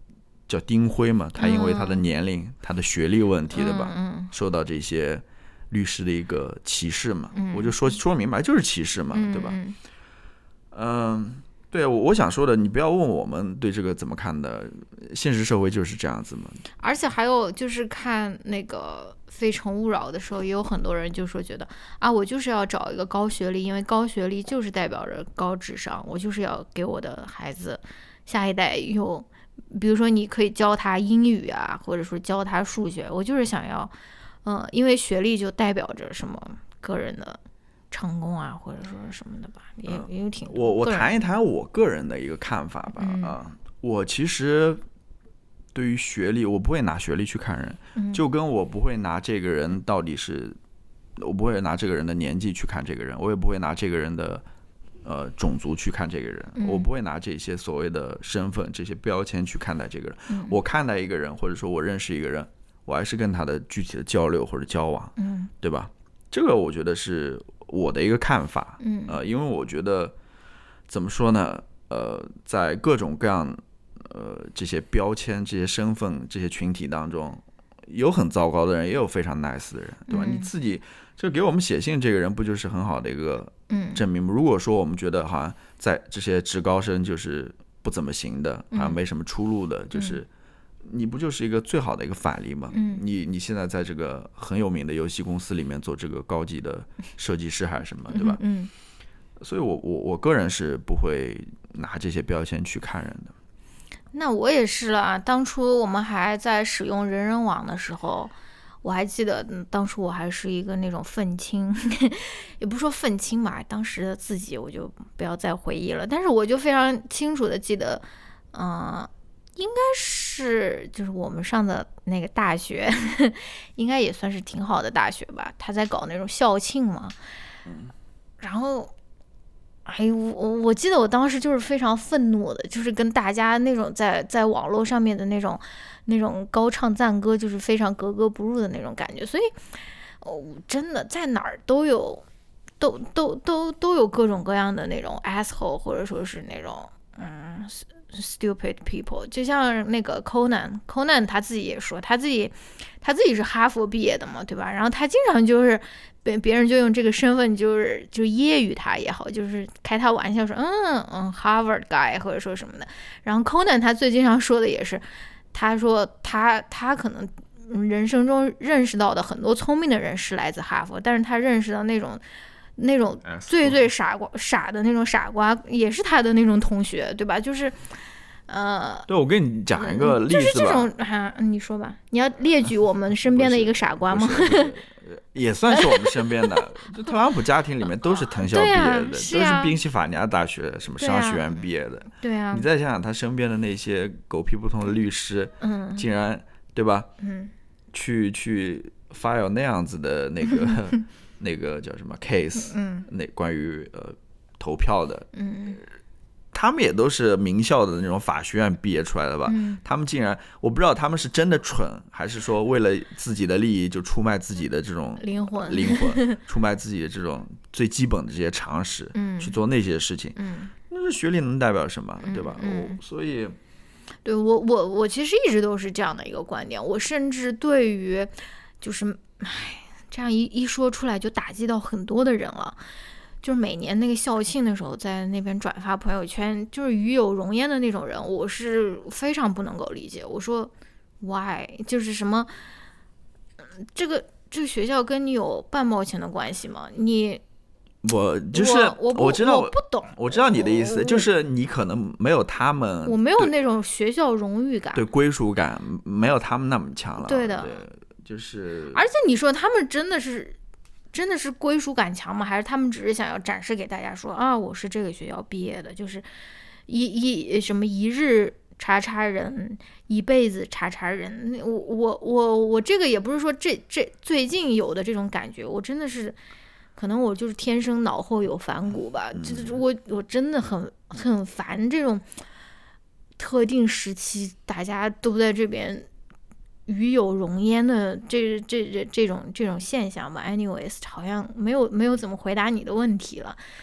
叫丁辉嘛，他因为他的年龄、嗯、他的学历问题，对吧、
嗯、
受到这些律师的一个歧视嘛、
嗯、
我就说说明白就是歧视嘛、
嗯、
对吧？嗯，对，我想说的，你不要问我们对这个怎么看的，现实社会就是这样子嘛。
而且还有就是看那个《非诚勿扰》的时候，也有很多人就说觉得啊，我就是要找一个高学历，因为高学历就是代表着高智商，我就是要给我的孩子下一代有，比如说你可以教他英语啊，或者说教他数学，我就是想要，嗯，因为学历就代表着什么个人的成功啊，或者说什么的吧，也也有挺多、
嗯、我我谈一谈我个人的一个看法吧、嗯、啊，我其实对于学历，我不会拿学历去看人、嗯、就跟我不会拿这个人到底是，我不会拿这个人的年纪去看这个人，我也不会拿这个人的呃种族去看这个人、嗯、我不会拿这些所谓的身份这些标签去看待这个人、嗯、我看待一个人或者说我认识一个人，我还是跟他的具体的交流或者交往、嗯、对吧？这个我觉得是我的一个看法，
嗯，
呃，因为我觉得怎么说呢，呃，在各种各样呃这些标签、这些身份、这些群体当中，有很糟糕的人，也有非常 nice 的人，对吧？嗯、你自己就给我们写信，这个人不就是很好的一个证明吗？嗯、如果说我们觉得好像在这些职高生就是不怎么行的，好像没什么出路的，嗯、就是。你不就是一个最好的一个反例吗？嗯、你你现在在这个很有名的游戏公司里面做这个高级的设计师还是什么，对吧？
嗯，
所以我我我个人是不会拿这些标签去看人的。
那我也是了，当初我们还在使用人人网的时候，我还记得当初我还是一个那种愤青，也不说愤青嘛，当时的自己我就不要再回忆了，但是我就非常清楚的记得，嗯、呃。应该是就是我们上的那个大学应该也算是挺好的大学吧，他在搞那种校庆嘛，然后哎我我记得我当时就是非常愤怒的，就是跟大家那种在在网络上面的那种那种高唱赞歌就是非常格格不入的那种感觉，所以哦真的在哪儿都有都都都都有各种各样的那种 asshole 或者说是那种嗯stupid people， 就像那个 Conan Conan 他自己也说他自己他自己是哈佛毕业的嘛，对吧？然后他经常就是别别人就用这个身份就是就揶揄他也好，就是开他玩笑说嗯嗯 Harvard guy 或者说什么的。然后 Conan 他最经常说的也是，他说他他可能人生中认识到的很多聪明的人是来自哈佛，但是他认识到那种那种最最傻瓜傻的那种傻瓜也是他的那种同学，对吧？就是呃
对，我跟你讲一个例子吧，
就是这种哈、啊，你说吧，你要列举我们身边的一个傻瓜吗？
也算是我们身边的，就特朗普家庭里面都是藤校毕业的，
啊是啊、
都是宾夕法尼亚大学什么商学院毕业的。
对啊，
你再想想他身边的那些狗屁不通的律师，
嗯，
竟然对吧？
嗯，
去去 file 那样子的那个那个叫什么 case，
嗯，
那关于呃投票的，
嗯。
他们也都是名校的那种法学院毕业出来的吧、
嗯、
他们竟然我不知道他们是真的蠢，还是说为了自己的利益就出卖自己的这种
灵魂
灵魂出卖自己的这种最基本的这些常识、嗯、去做那些事情、
嗯、
那这学历能代表什么、嗯、对吧、
嗯、
所以
对我我我其实一直都是这样的一个观点，我甚至对于就是唉这样一一说出来就打击到很多的人了，就是每年那个校庆的时候在那边转发朋友圈，就是与有容焉的那种人，我是非常不能够理解。我说 why， 就是什么这个这个学校跟你有半毛钱的关系吗？你
我就是
我
我知道
我不懂，
我知道你的意思，就是你可能没有他们，
我没有那种学校荣誉感，
对归属感没有他们那么强了。
对的，
对就是
而且你说他们真的是真的是归属感强吗？还是他们只是想要展示给大家说啊，我是这个学校毕业的，就是一一什么一日叉叉人，一辈子叉叉人。我我我我这个也不是说这这最近有的这种感觉，我真的是可能我就是天生脑后有反骨吧，就是我我真的很很烦这种特定时期大家都在这边与有容焉的这这这这种这种现象吧。 anyways 好像没有没有怎么回答你的问题了。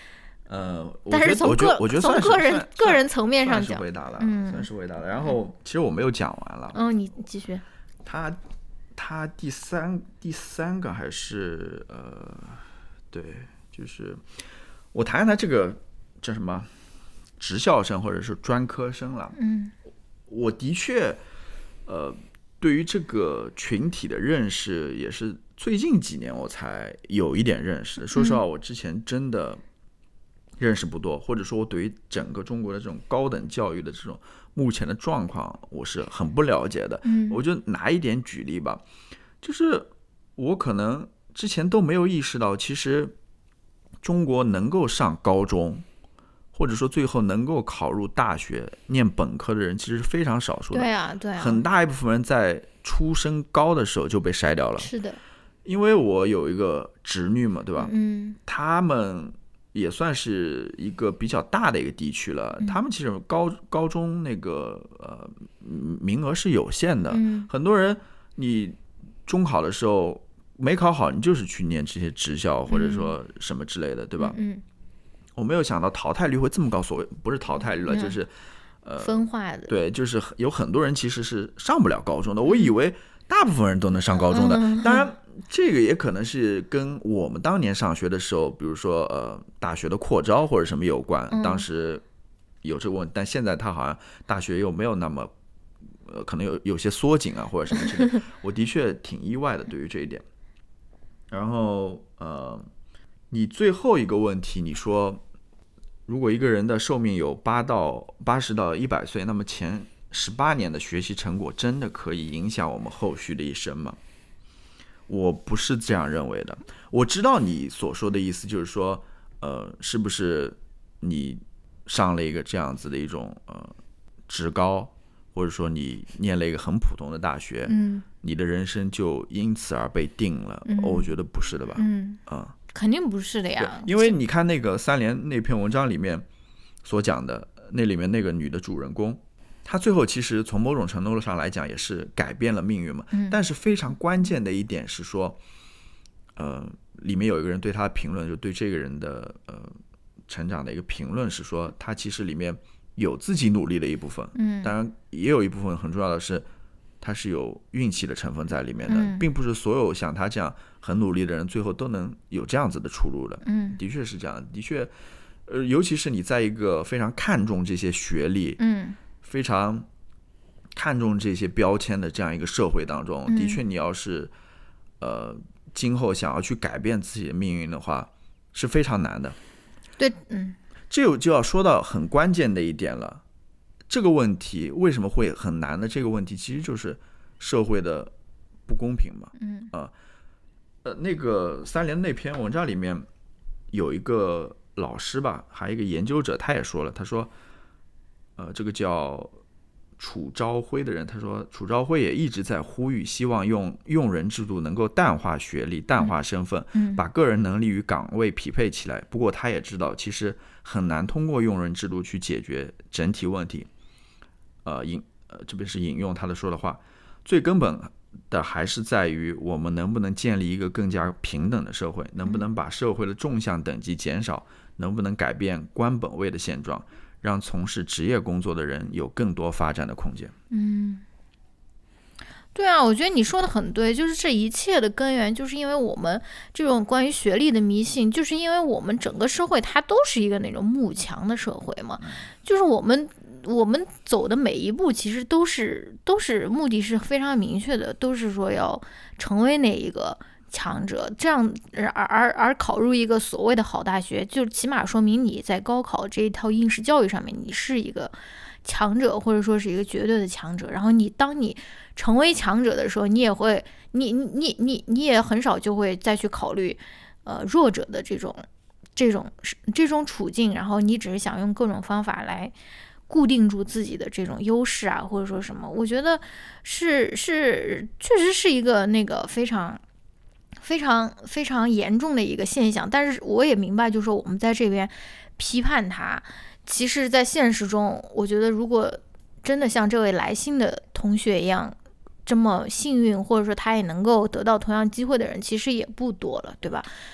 呃，
但是从个
我觉得
从个人个人层面上
讲，算是回答了，
嗯，
算是回答了。然后其实我没有讲完了，
嗯，你继续。
他他第三第三个还是呃，对，就是我谈谈这个叫什么职校生或者是专科生了。
嗯，
我的确呃，对于这个群体的认识也是最近几年我才有一点认识。说实话，我之前真的认识不多，或者说我对于整个中国的这种高等教育的这种目前的状况我是很不了解的。
嗯，
我就拿一点举例吧，就是我可能之前都没有意识到，其实中国能够上高中或者说最后能够考入大学念本科的人其实是非常少数的。
对啊，对啊，
很大一部分人在出身高的时候就被筛掉了。
是的，
因为我有一个侄女嘛，对吧？
嗯，
他们也算是一个比较大的一个地区了。
嗯、
他们其实高高中那个呃名额是有限的，
嗯、
很多人你中考的时候没考好，你就是去念这些职校或者说什么之类的，
嗯、
对吧？
嗯，
我没有想到淘汰率会这么高，所谓不是淘汰率了，
嗯、
就是呃
分化的。
对，就是有很多人其实是上不了高中的。我以为大部分人都能上高中的，
嗯、
当然。这个也可能是跟我们当年上学的时候，比如说呃大学的扩招或者什么有关，
嗯、
当时有这个问题，但现在他好像大学又没有那么呃可能有有些缩紧啊或者什么之类的，我的确挺意外的对于这一点。然后呃，你最后一个问题，你说如果一个人的寿命有八到八十到一百岁，那么前十八年的学习成果真的可以影响我们后续的一生吗？我不是这样认为的。我知道你所说的意思，就是说，呃，是不是你上了一个这样子的一种呃职高，或者说你念了一个很普通的大学，
嗯，
你的人生就因此而被定了？
嗯、
我觉得不是的吧？
嗯，
嗯，
肯定不是的呀。
因为你看那个三联那篇文章里面所讲的，那里面那个女的主人公。他最后其实从某种程度上来讲也是改变了命运嘛，
嗯、
但是非常关键的一点是说，呃，里面有一个人对他的评论，就对这个人的呃成长的一个评论是说，他其实里面有自己努力的一部分，
嗯，
当然也有一部分很重要的是，他是有运气的成分在里面的，
嗯、
并不是所有像他这样很努力的人最后都能有这样子的出路的，
嗯，
的确是这样，的确，呃，尤其是你在一个非常看重这些学历，
嗯。
非常看重这些标签的这样一个社会当中，
嗯、
的确，你要是呃今后想要去改变自己的命运的话，是非常难的。
对，嗯，
这就要说到很关键的一点了。这个问题为什么会很难呢？这个问题其实就是社会的不公平嘛。
嗯
啊，呃，那个三联那篇文章里面有一个老师吧，还有一个研究者，他也说了，他说。呃，这个叫楚昭辉的人，他说楚昭辉也一直在呼吁，希望用用人制度能够淡化学历、淡化身份，
嗯、
把个人能力与岗位匹配起来。不过他也知道，其实很难通过用人制度去解决整体问题。呃，引呃这边是引用他的说的话，最根本的还是在于我们能不能建立一个更加平等的社会，能不能把社会的纵向等级减少，能不能改变官本位的现状。让从事职业工作的人有更多发展的空间。
嗯，对啊，我觉得你说的很对，就是这一切的根源，就是因为我们这种关于学历的迷信，就是因为我们整个社会它都是一个那种慕强的社会嘛，就是我们我们走的每一步其实都是都是目的是非常明确的，都是说要成为那一个强者，这样而而而考入一个所谓的好大学，就起码说明你在高考这一套应试教育上面，你是一个强者，或者说是一个绝对的强者。然后你当你成为强者的时候，你也会，你你你你也很少就会再去考虑，呃，弱者的这种这种这种处境，然后你只是想用各种方法来固定住自己的这种优势啊，或者说什么，我觉得是是确实是一个那个非常。非常非常严重的一个现象，但是我也明白，就是说我们在这边批判它，其实在现实中，我觉得如果真的像这位来信的同学一样这么幸运，或者说他也能够得到同样机会的人，其实也不多了，对吧？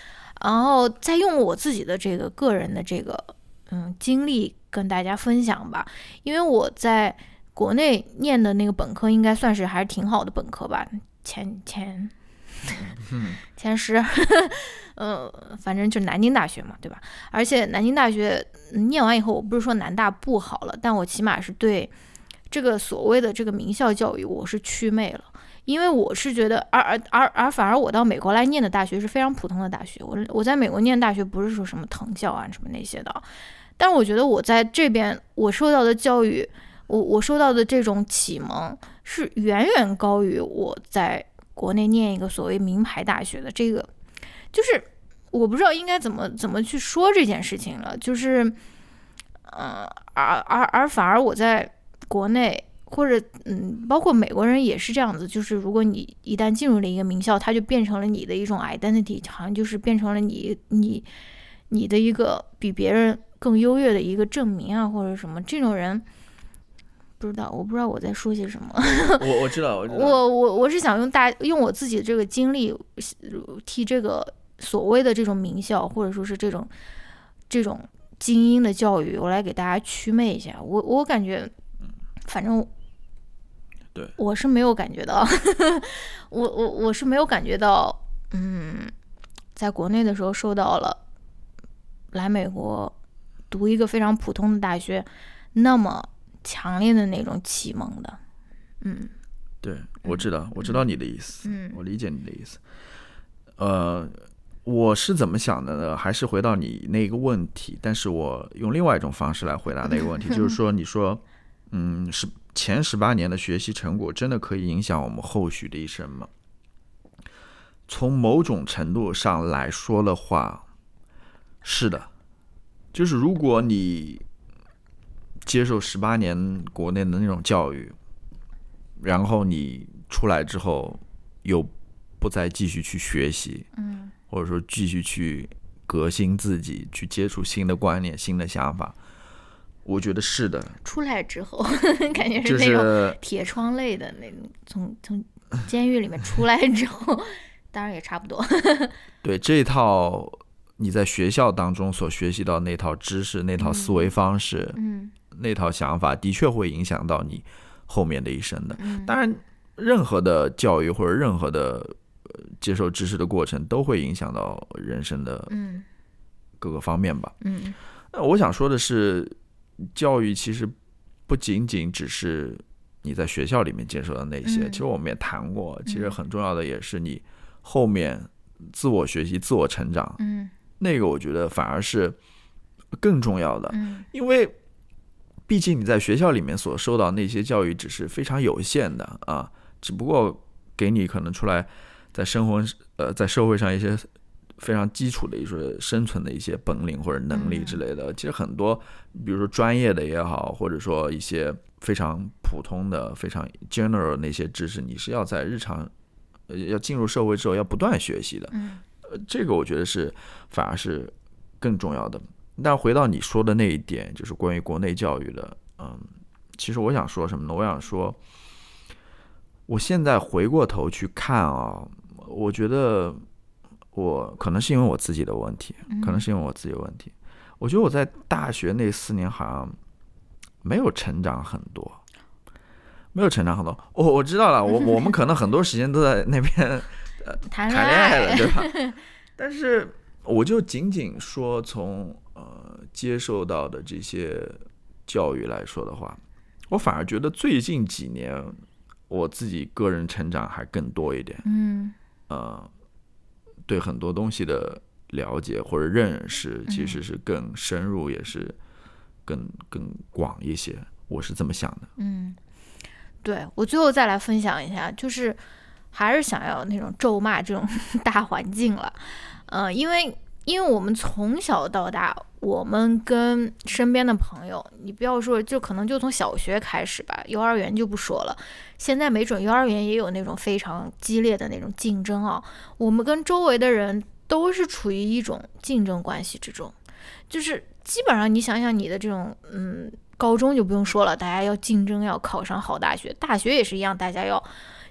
然后再用我自己的这个个人的这个嗯经历跟大家分享吧。因为我在国内念的那个本科应该算是还是挺好的本科吧，前前前十，呃，反正就南京大学嘛，对吧？而且南京大学念完以后，我不是说南大不好了，但我起码是对这个所谓的这个名校教育我是祛魅了。因为我是觉得，而而而而反而我到美国来念的大学是非常普通的大学，我我在美国念大学不是说什么藤校啊什么那些的，但我觉得我在这边我受到的教育，我我受到的这种启蒙是远远高于我在国内念一个所谓名牌大学的。这个就是我不知道应该怎么怎么去说这件事情了，就是呃而而而反而我在国内或者嗯，包括美国人也是这样子，就是如果你一旦进入了一个名校，它就变成了你的一种 identity， 好像就是变成了你你你的一个比别人更优越的一个证明啊，或者什么。这种人不知道，我不知道我在说些什么。
我我知道，我知道，
我我我是想用大用我自己的这个经历，替这个所谓的这种名校，或者说是这种这种精英的教育，我来给大家祛魅一下。我我感觉，反正。
对，
我是没有感觉到，我我我是没有感觉到，嗯，在国内的时候受到了来美国读一个非常普通的大学那么强烈的那种启蒙的，嗯，
对，我知道，我知道你的意思，
嗯，
我理解你的意思。呃，我是怎么想的呢？还是回到你那个问题，但是我用另外一种方式来回答那个问题，就是说，你说，嗯，是。前十八年的学习成果真的可以影响我们后续的一生吗？从某种程度上来说的话，是的。就是如果你接受十八年国内的那种教育，然后你出来之后又不再继续去学习，
嗯，
或者说继续去革新自己，去接触新的观念、新的想法。我觉得是的，
出来之后感觉是那种铁窗类的那种，从从监狱里面出来之后，当然也差不多。
对，这一套你在学校当中所学习到那套知识、那套思维方式、
嗯，
那套想法，的确会影响到你后面的一生的。
嗯、
当然，任何的教育或者任何的接受知识的过程，都会影响到人生的各个方面吧。
嗯，
那我想说的是。教育其实不仅仅只是你在学校里面接受的那些，
嗯、
其实我们也谈过，其实很重要的也是你后面自我学习、自我成长，
嗯，
那个我觉得反而是更重要的，
嗯，
因为毕竟你在学校里面所受到那些教育只是非常有限的啊，只不过给你可能出来在生活呃在社会上一些。非常基础的一些生存的一些本领或者能力之类的，其实很多，比如说专业的也好，或者说一些非常普通的、非常 general 的那些知识，你是要在日常，呃，要进入社会之后要不断学习的。
嗯，
呃，这个我觉得是反而是更重要的。但回到你说的那一点，就是关于国内教育的，嗯，其实我想说什么呢？我想说，我现在回过头去看啊，我觉得。我可能是因为我自己的问题，可能是因为我自己的问题。我觉得我在大学那四年好像没有成长很多，没有成长很多。哦，我知道了，我我们可能很多时间都在那边呃谈恋爱了，对吧？但是我就仅仅说从呃接受到的这些教育来说的话，我反而觉得最近几年我自己个人成长还更多一点。
嗯，
呃。对很多东西的了解或者认识其实是更深入，也是更更广一些，我是这么想的。
嗯，对，我最后再来分享一下，就是还是想要那种咒骂这种大环境了，呃，因为因为我们从小到大，我们跟身边的朋友，你不要说，就可能就从小学开始吧，幼儿园就不说了，现在没准幼儿园也有那种非常激烈的那种竞争啊。我们跟周围的人都是处于一种竞争关系之中，就是基本上你想想你的这种，嗯，高中就不用说了，大家要竞争，要考上好大学，大学也是一样，大家要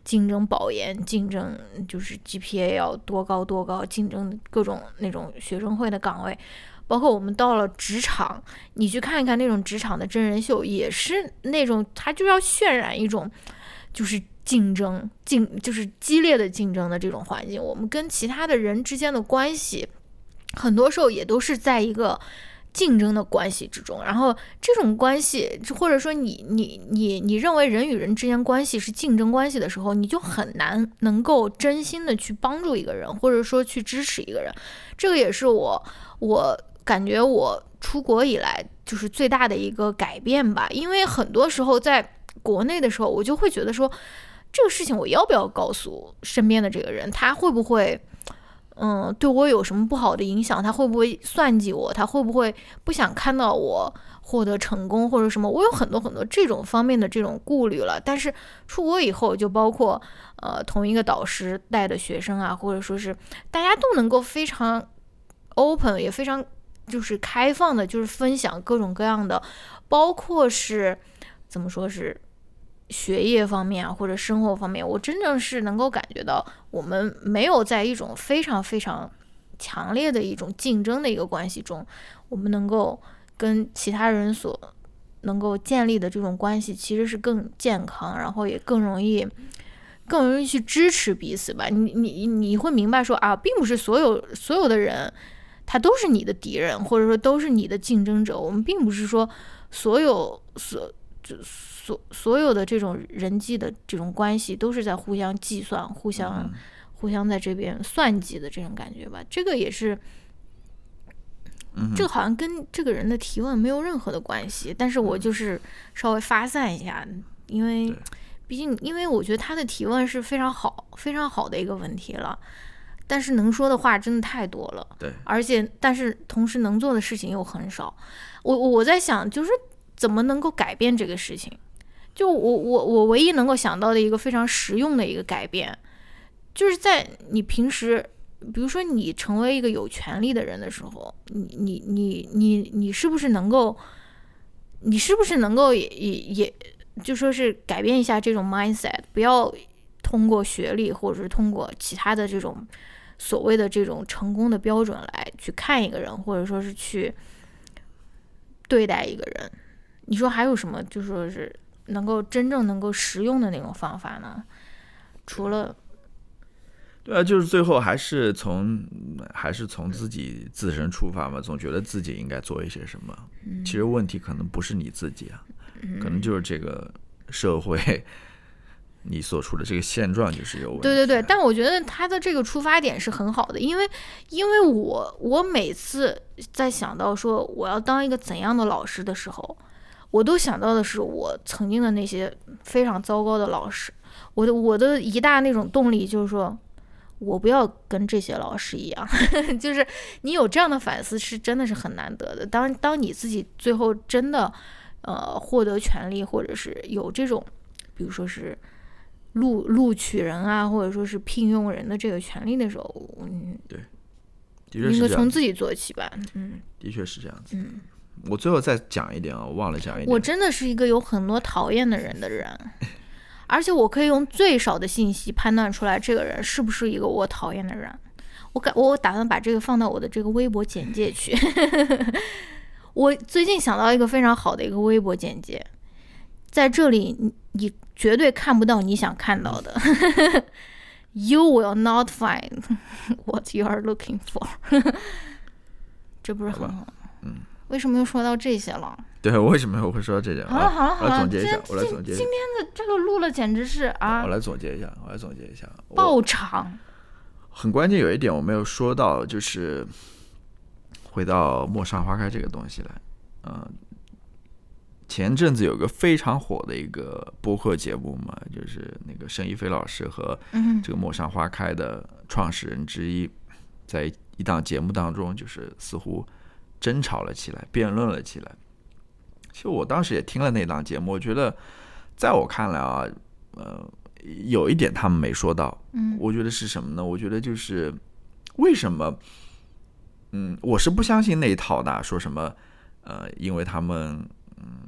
竞争保研，竞争就是 G P A 要多高多高，竞争各种那种学生会的岗位。包括我们到了职场，你去看一看那种职场的真人秀，也是那种他就要渲染一种就是竞争竞就是激烈的竞争的这种环境。我们跟其他的人之间的关系很多时候也都是在一个竞争的关系之中，然后这种关系或者说你你你你认为人与人之间关系是竞争关系的时候，你就很难能够真心的去帮助一个人，或者说去支持一个人。这个也是我我感觉我出国以来就是最大的一个改变吧。因为很多时候在国内的时候，我就会觉得说这个事情我要不要告诉身边的这个人，他会不会嗯，对我有什么不好的影响，他会不会算计我，他会不会不想看到我获得成功或者什么，我有很多很多这种方面的这种顾虑了。但是出国以后，就包括呃同一个导师带的学生啊，或者说是大家都能够非常 open 也非常就是开放的，就是分享各种各样的，包括是怎么说是学业方面啊，或者生活方面，我真正是能够感觉到我们没有在一种非常非常强烈的一种竞争的一个关系中，我们能够跟其他人所能够建立的这种关系其实是更健康，然后也更容易更容易去支持彼此吧。你你你会明白说啊，并不是所有所有的人他都是你的敌人，或者说都是你的竞争者。我们并不是说所有所所所有的这种人际的这种关系都是在互相计算、互相、嗯、互相在这边算计的这种感觉吧。这个也是，
嗯、
这个好像跟这个人的提问没有任何的关系，但是我就是稍微发散一下，嗯、因为毕竟，因为我觉得他的提问是非常好、非常好的一个问题了。但是能说的话真的太多了，
对，
而且但是同时能做的事情又很少。我我在想，就是怎么能够改变这个事情？就我我我唯一能够想到的一个非常实用的一个改变，就是在你平时，比如说你成为一个有权利的人的时候，你你你你你是不是能够，你是不是能够也也也就说是改变一下这种 mindset， 不要通过学历或者是通过其他的这种所谓的这种成功的标准来去看一个人，或者说是去对待一个人。你说还有什么就说是能够真正能够实用的那种方法呢？除了
对啊，就是最后还是从还是从自己自身出发嘛，总觉得自己应该做一些什么。嗯、其实问题可能不是你自己啊，嗯、可能就是这个社会你所处的这个现状就是有问题。
对对对，但我觉得他的这个出发点是很好的，因为因为我我每次在想到说我要当一个怎样的老师的时候，我都想到的是我曾经的那些非常糟糕的老师。我的我的一大那种动力就是说，我不要跟这些老师一样。就是你有这样的反思是真的是很难得的。当当你自己最后真的呃获得权利，或者是有这种比如说是录录取人啊，或者说是聘用人的这个权利的时候，嗯，
对，的确是
应该从自己做起吧。嗯，
的确是这样子。
嗯，
我最后再讲一点啊，我忘了讲一点。
我真的是一个有很多讨厌的人的人，而且我可以用最少的信息判断出来这个人是不是一个我讨厌的人。我感我打算把这个放到我的这个微博简介去。我最近想到一个非常好的一个微博简介，在这里你你绝对看不到你想看到的。You will not find what you are looking for。 这不是很好？
嗯，
为什么又说到这些了？
对，为什么我会说到这些？
好了好了好了，
我来总结一下，我来总结。
今天的这个录了简直是啊！
我来总结一下，我来总结一下。
爆场。
很关键有一点我没有说到，就是回到《陌上花开》这个东西来。嗯、呃，前阵子有个非常火的一个播客节目嘛，就是那个沈一飞老师和这个《陌上花开》的创始人之一，在一档节目当中，就是似乎争吵了起来，辩论了起来。其实我当时也听了那档节目，我觉得在我看来啊，呃，有一点他们没说到，
嗯，
我觉得是什么呢？我觉得就是为什么，嗯，我是不相信那一套的，说什么，呃，因为他们嗯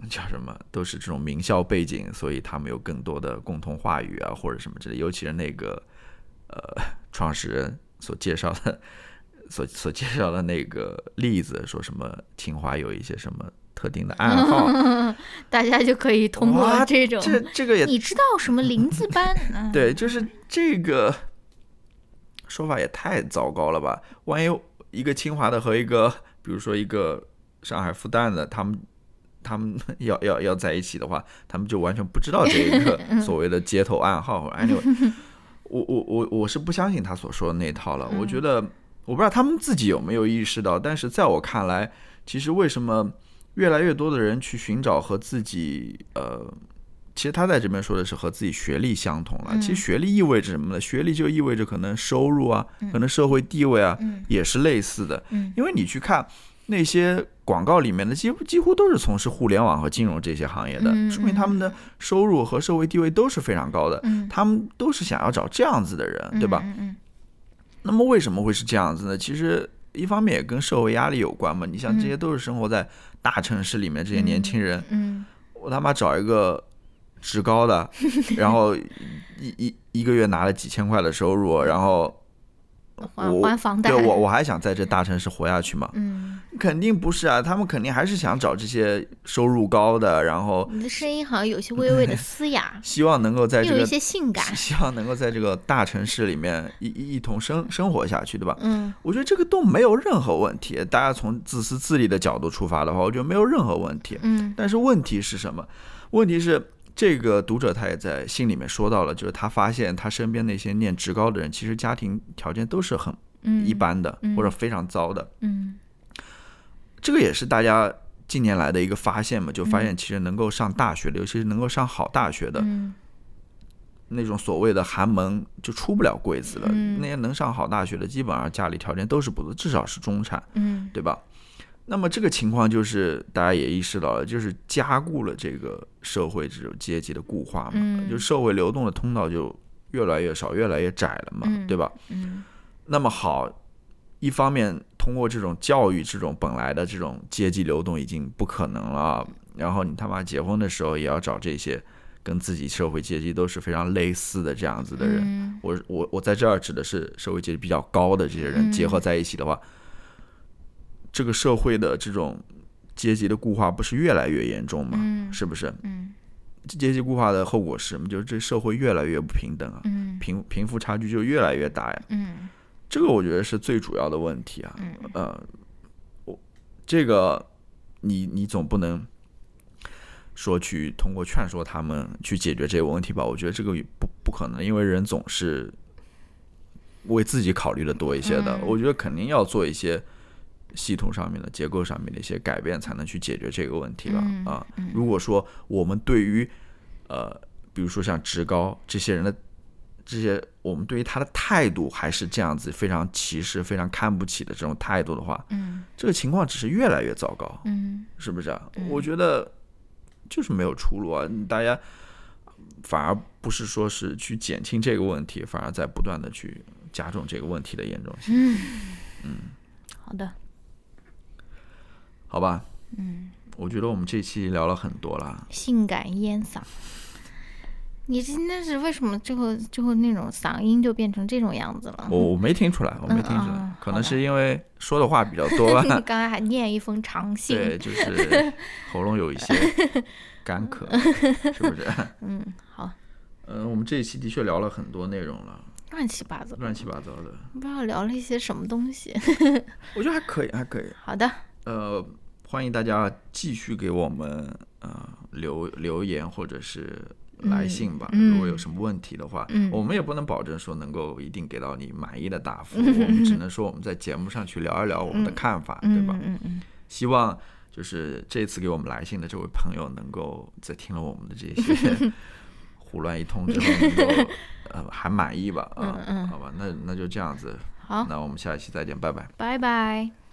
叫什么，都是这种名校背景，所以他们有更多的共同话语啊，或者什么之类。尤其是那个呃创始人所介绍的所所介绍的那个例子，说什么清华有一些什么特定的暗号，
大家就可以通过这种，
这这个也
你知道什么林字班？
对，就是这个说法也太糟糕了吧！万一一个清华的和一个，比如说一个上海复旦的，他们他们要要要在一起的话，他们就完全不知道这一个所谓的街头暗号。anyway， 我我我我是不相信他所说的那套了。我觉得我不知道他们自己有没有意识到，但是在我看来，其实为什么越来越多的人去寻找和自己呃，其实他在这边说的是和自己学历相同了。其实学历意味着什么呢？学历就意味着可能收入啊，可能社会地位啊，也是类似的。因为你去看那些广告里面的几乎几乎都是从事互联网和金融这些行业的，说明他们的收入和社会地位都是非常高的，他们都是想要找这样子的人，对吧？那么为什么会是这样子呢？其实一方面也跟社会压力有关嘛。你像这些都是生活在大城市里面这些年轻人，我他妈找一个职高的，然后一一一个月拿了几千块的收入，然后
还还房贷，
对我我还想在这大城市活下去吗？
嗯，
肯定不是啊，他们肯定还是想找这些收入高的，然后
你的声音好像有些微微的嘶哑，
希望能够在这个
有一些性感，
希望能够在这个大城市里面一一一同生生活下去，对吧？
嗯，
我觉得这个都没有任何问题。大家从自私自利的角度出发的话，我觉得没有任何问题。
嗯，
但是问题是什么？问题是这个读者他也在信里面说到了，就是他发现他身边那些念职高的人，其实家庭条件都是很一般的，
嗯、
或者非常糟的。
嗯，
这个也是大家近年来的一个发现嘛，就发现其实能够上大学的，尤其是能够上好大学的，
嗯、
那种所谓的寒门就出不了柜子了。
嗯、
那些能上好大学的，基本上家里条件都是不错，至少是中产，
嗯，
对吧？那么这个情况就是大家也意识到了，就是加固了这个社会这种阶级的固化嘛，
嗯、
就社会流动的通道就越来越少，越来越窄了嘛，
嗯、
对吧？
嗯，
那么好，一方面通过这种教育，这种本来的这种阶级流动已经不可能了，然后你他妈结婚的时候也要找这些跟自己社会阶级都是非常类似的这样子的人，
嗯、
我我我在这儿指的是社会阶级比较高的这些人结合在一起的话，这个社会的这种阶级的固化不是越来越严重吗？
嗯、
是不是？
嗯，
阶级固化的后果是什么？就是这社会越来越不平等啊，
嗯、
贫贫富差距就越来越大呀。
嗯，
这个我觉得是最主要的问题啊。
嗯、
呃，我这个你你总不能说去通过劝说他们去解决这个问题吧？我觉得这个不不可能，因为人总是为自己考虑的多一些的。
嗯、
我觉得肯定要做一些系统上面的、结构上面的一些改变，才能去解决这个问题吧。
嗯、
啊，
嗯、
如果说我们对于呃，比如说像职高这些人的这些，我们对于他的态度还是这样子非常歧视、非常看不起的这种态度的话，
嗯，
这个情况只是越来越糟糕，
嗯，
是不是啊？
嗯、
我觉得就是没有出路啊！大家反而不是说是去减轻这个问题，反而在不断的去加重这个问题的严重性。
嗯
嗯，
好的，
好吧。
嗯，
我觉得我们这期聊了很多了，
性感烟嗓。你今天是为什么最后最后那种嗓音就变成这种样子了？
我我没听出来，我没听出来，
嗯、
可能是因为说的话比较多吧。
刚才还念一封长信，
对，就是喉咙有一些干咳，是不是？
嗯，好。
嗯，我们这一期的确聊了很多内容了，
乱七八糟，
乱七八糟的，
不知道聊了一些什么东西。
我觉得还可以，还可以。
好的。
呃，欢迎大家继续给我们呃留留言或者是来信吧、
嗯、
如果有什么问题的话、
嗯、
我们也不能保证说能够一定给到你满意的答复、嗯、我们只能说我们在节目上去聊一聊我们的看法、
嗯、
对吧、
嗯嗯、
希望就是这次给我们来信的这位朋友能够在听了我们的这些胡乱一通之后能够呃还满意吧、啊、
嗯嗯，
好吧，那那就这样子，
好，
那我们下一期再见，拜拜，
拜拜。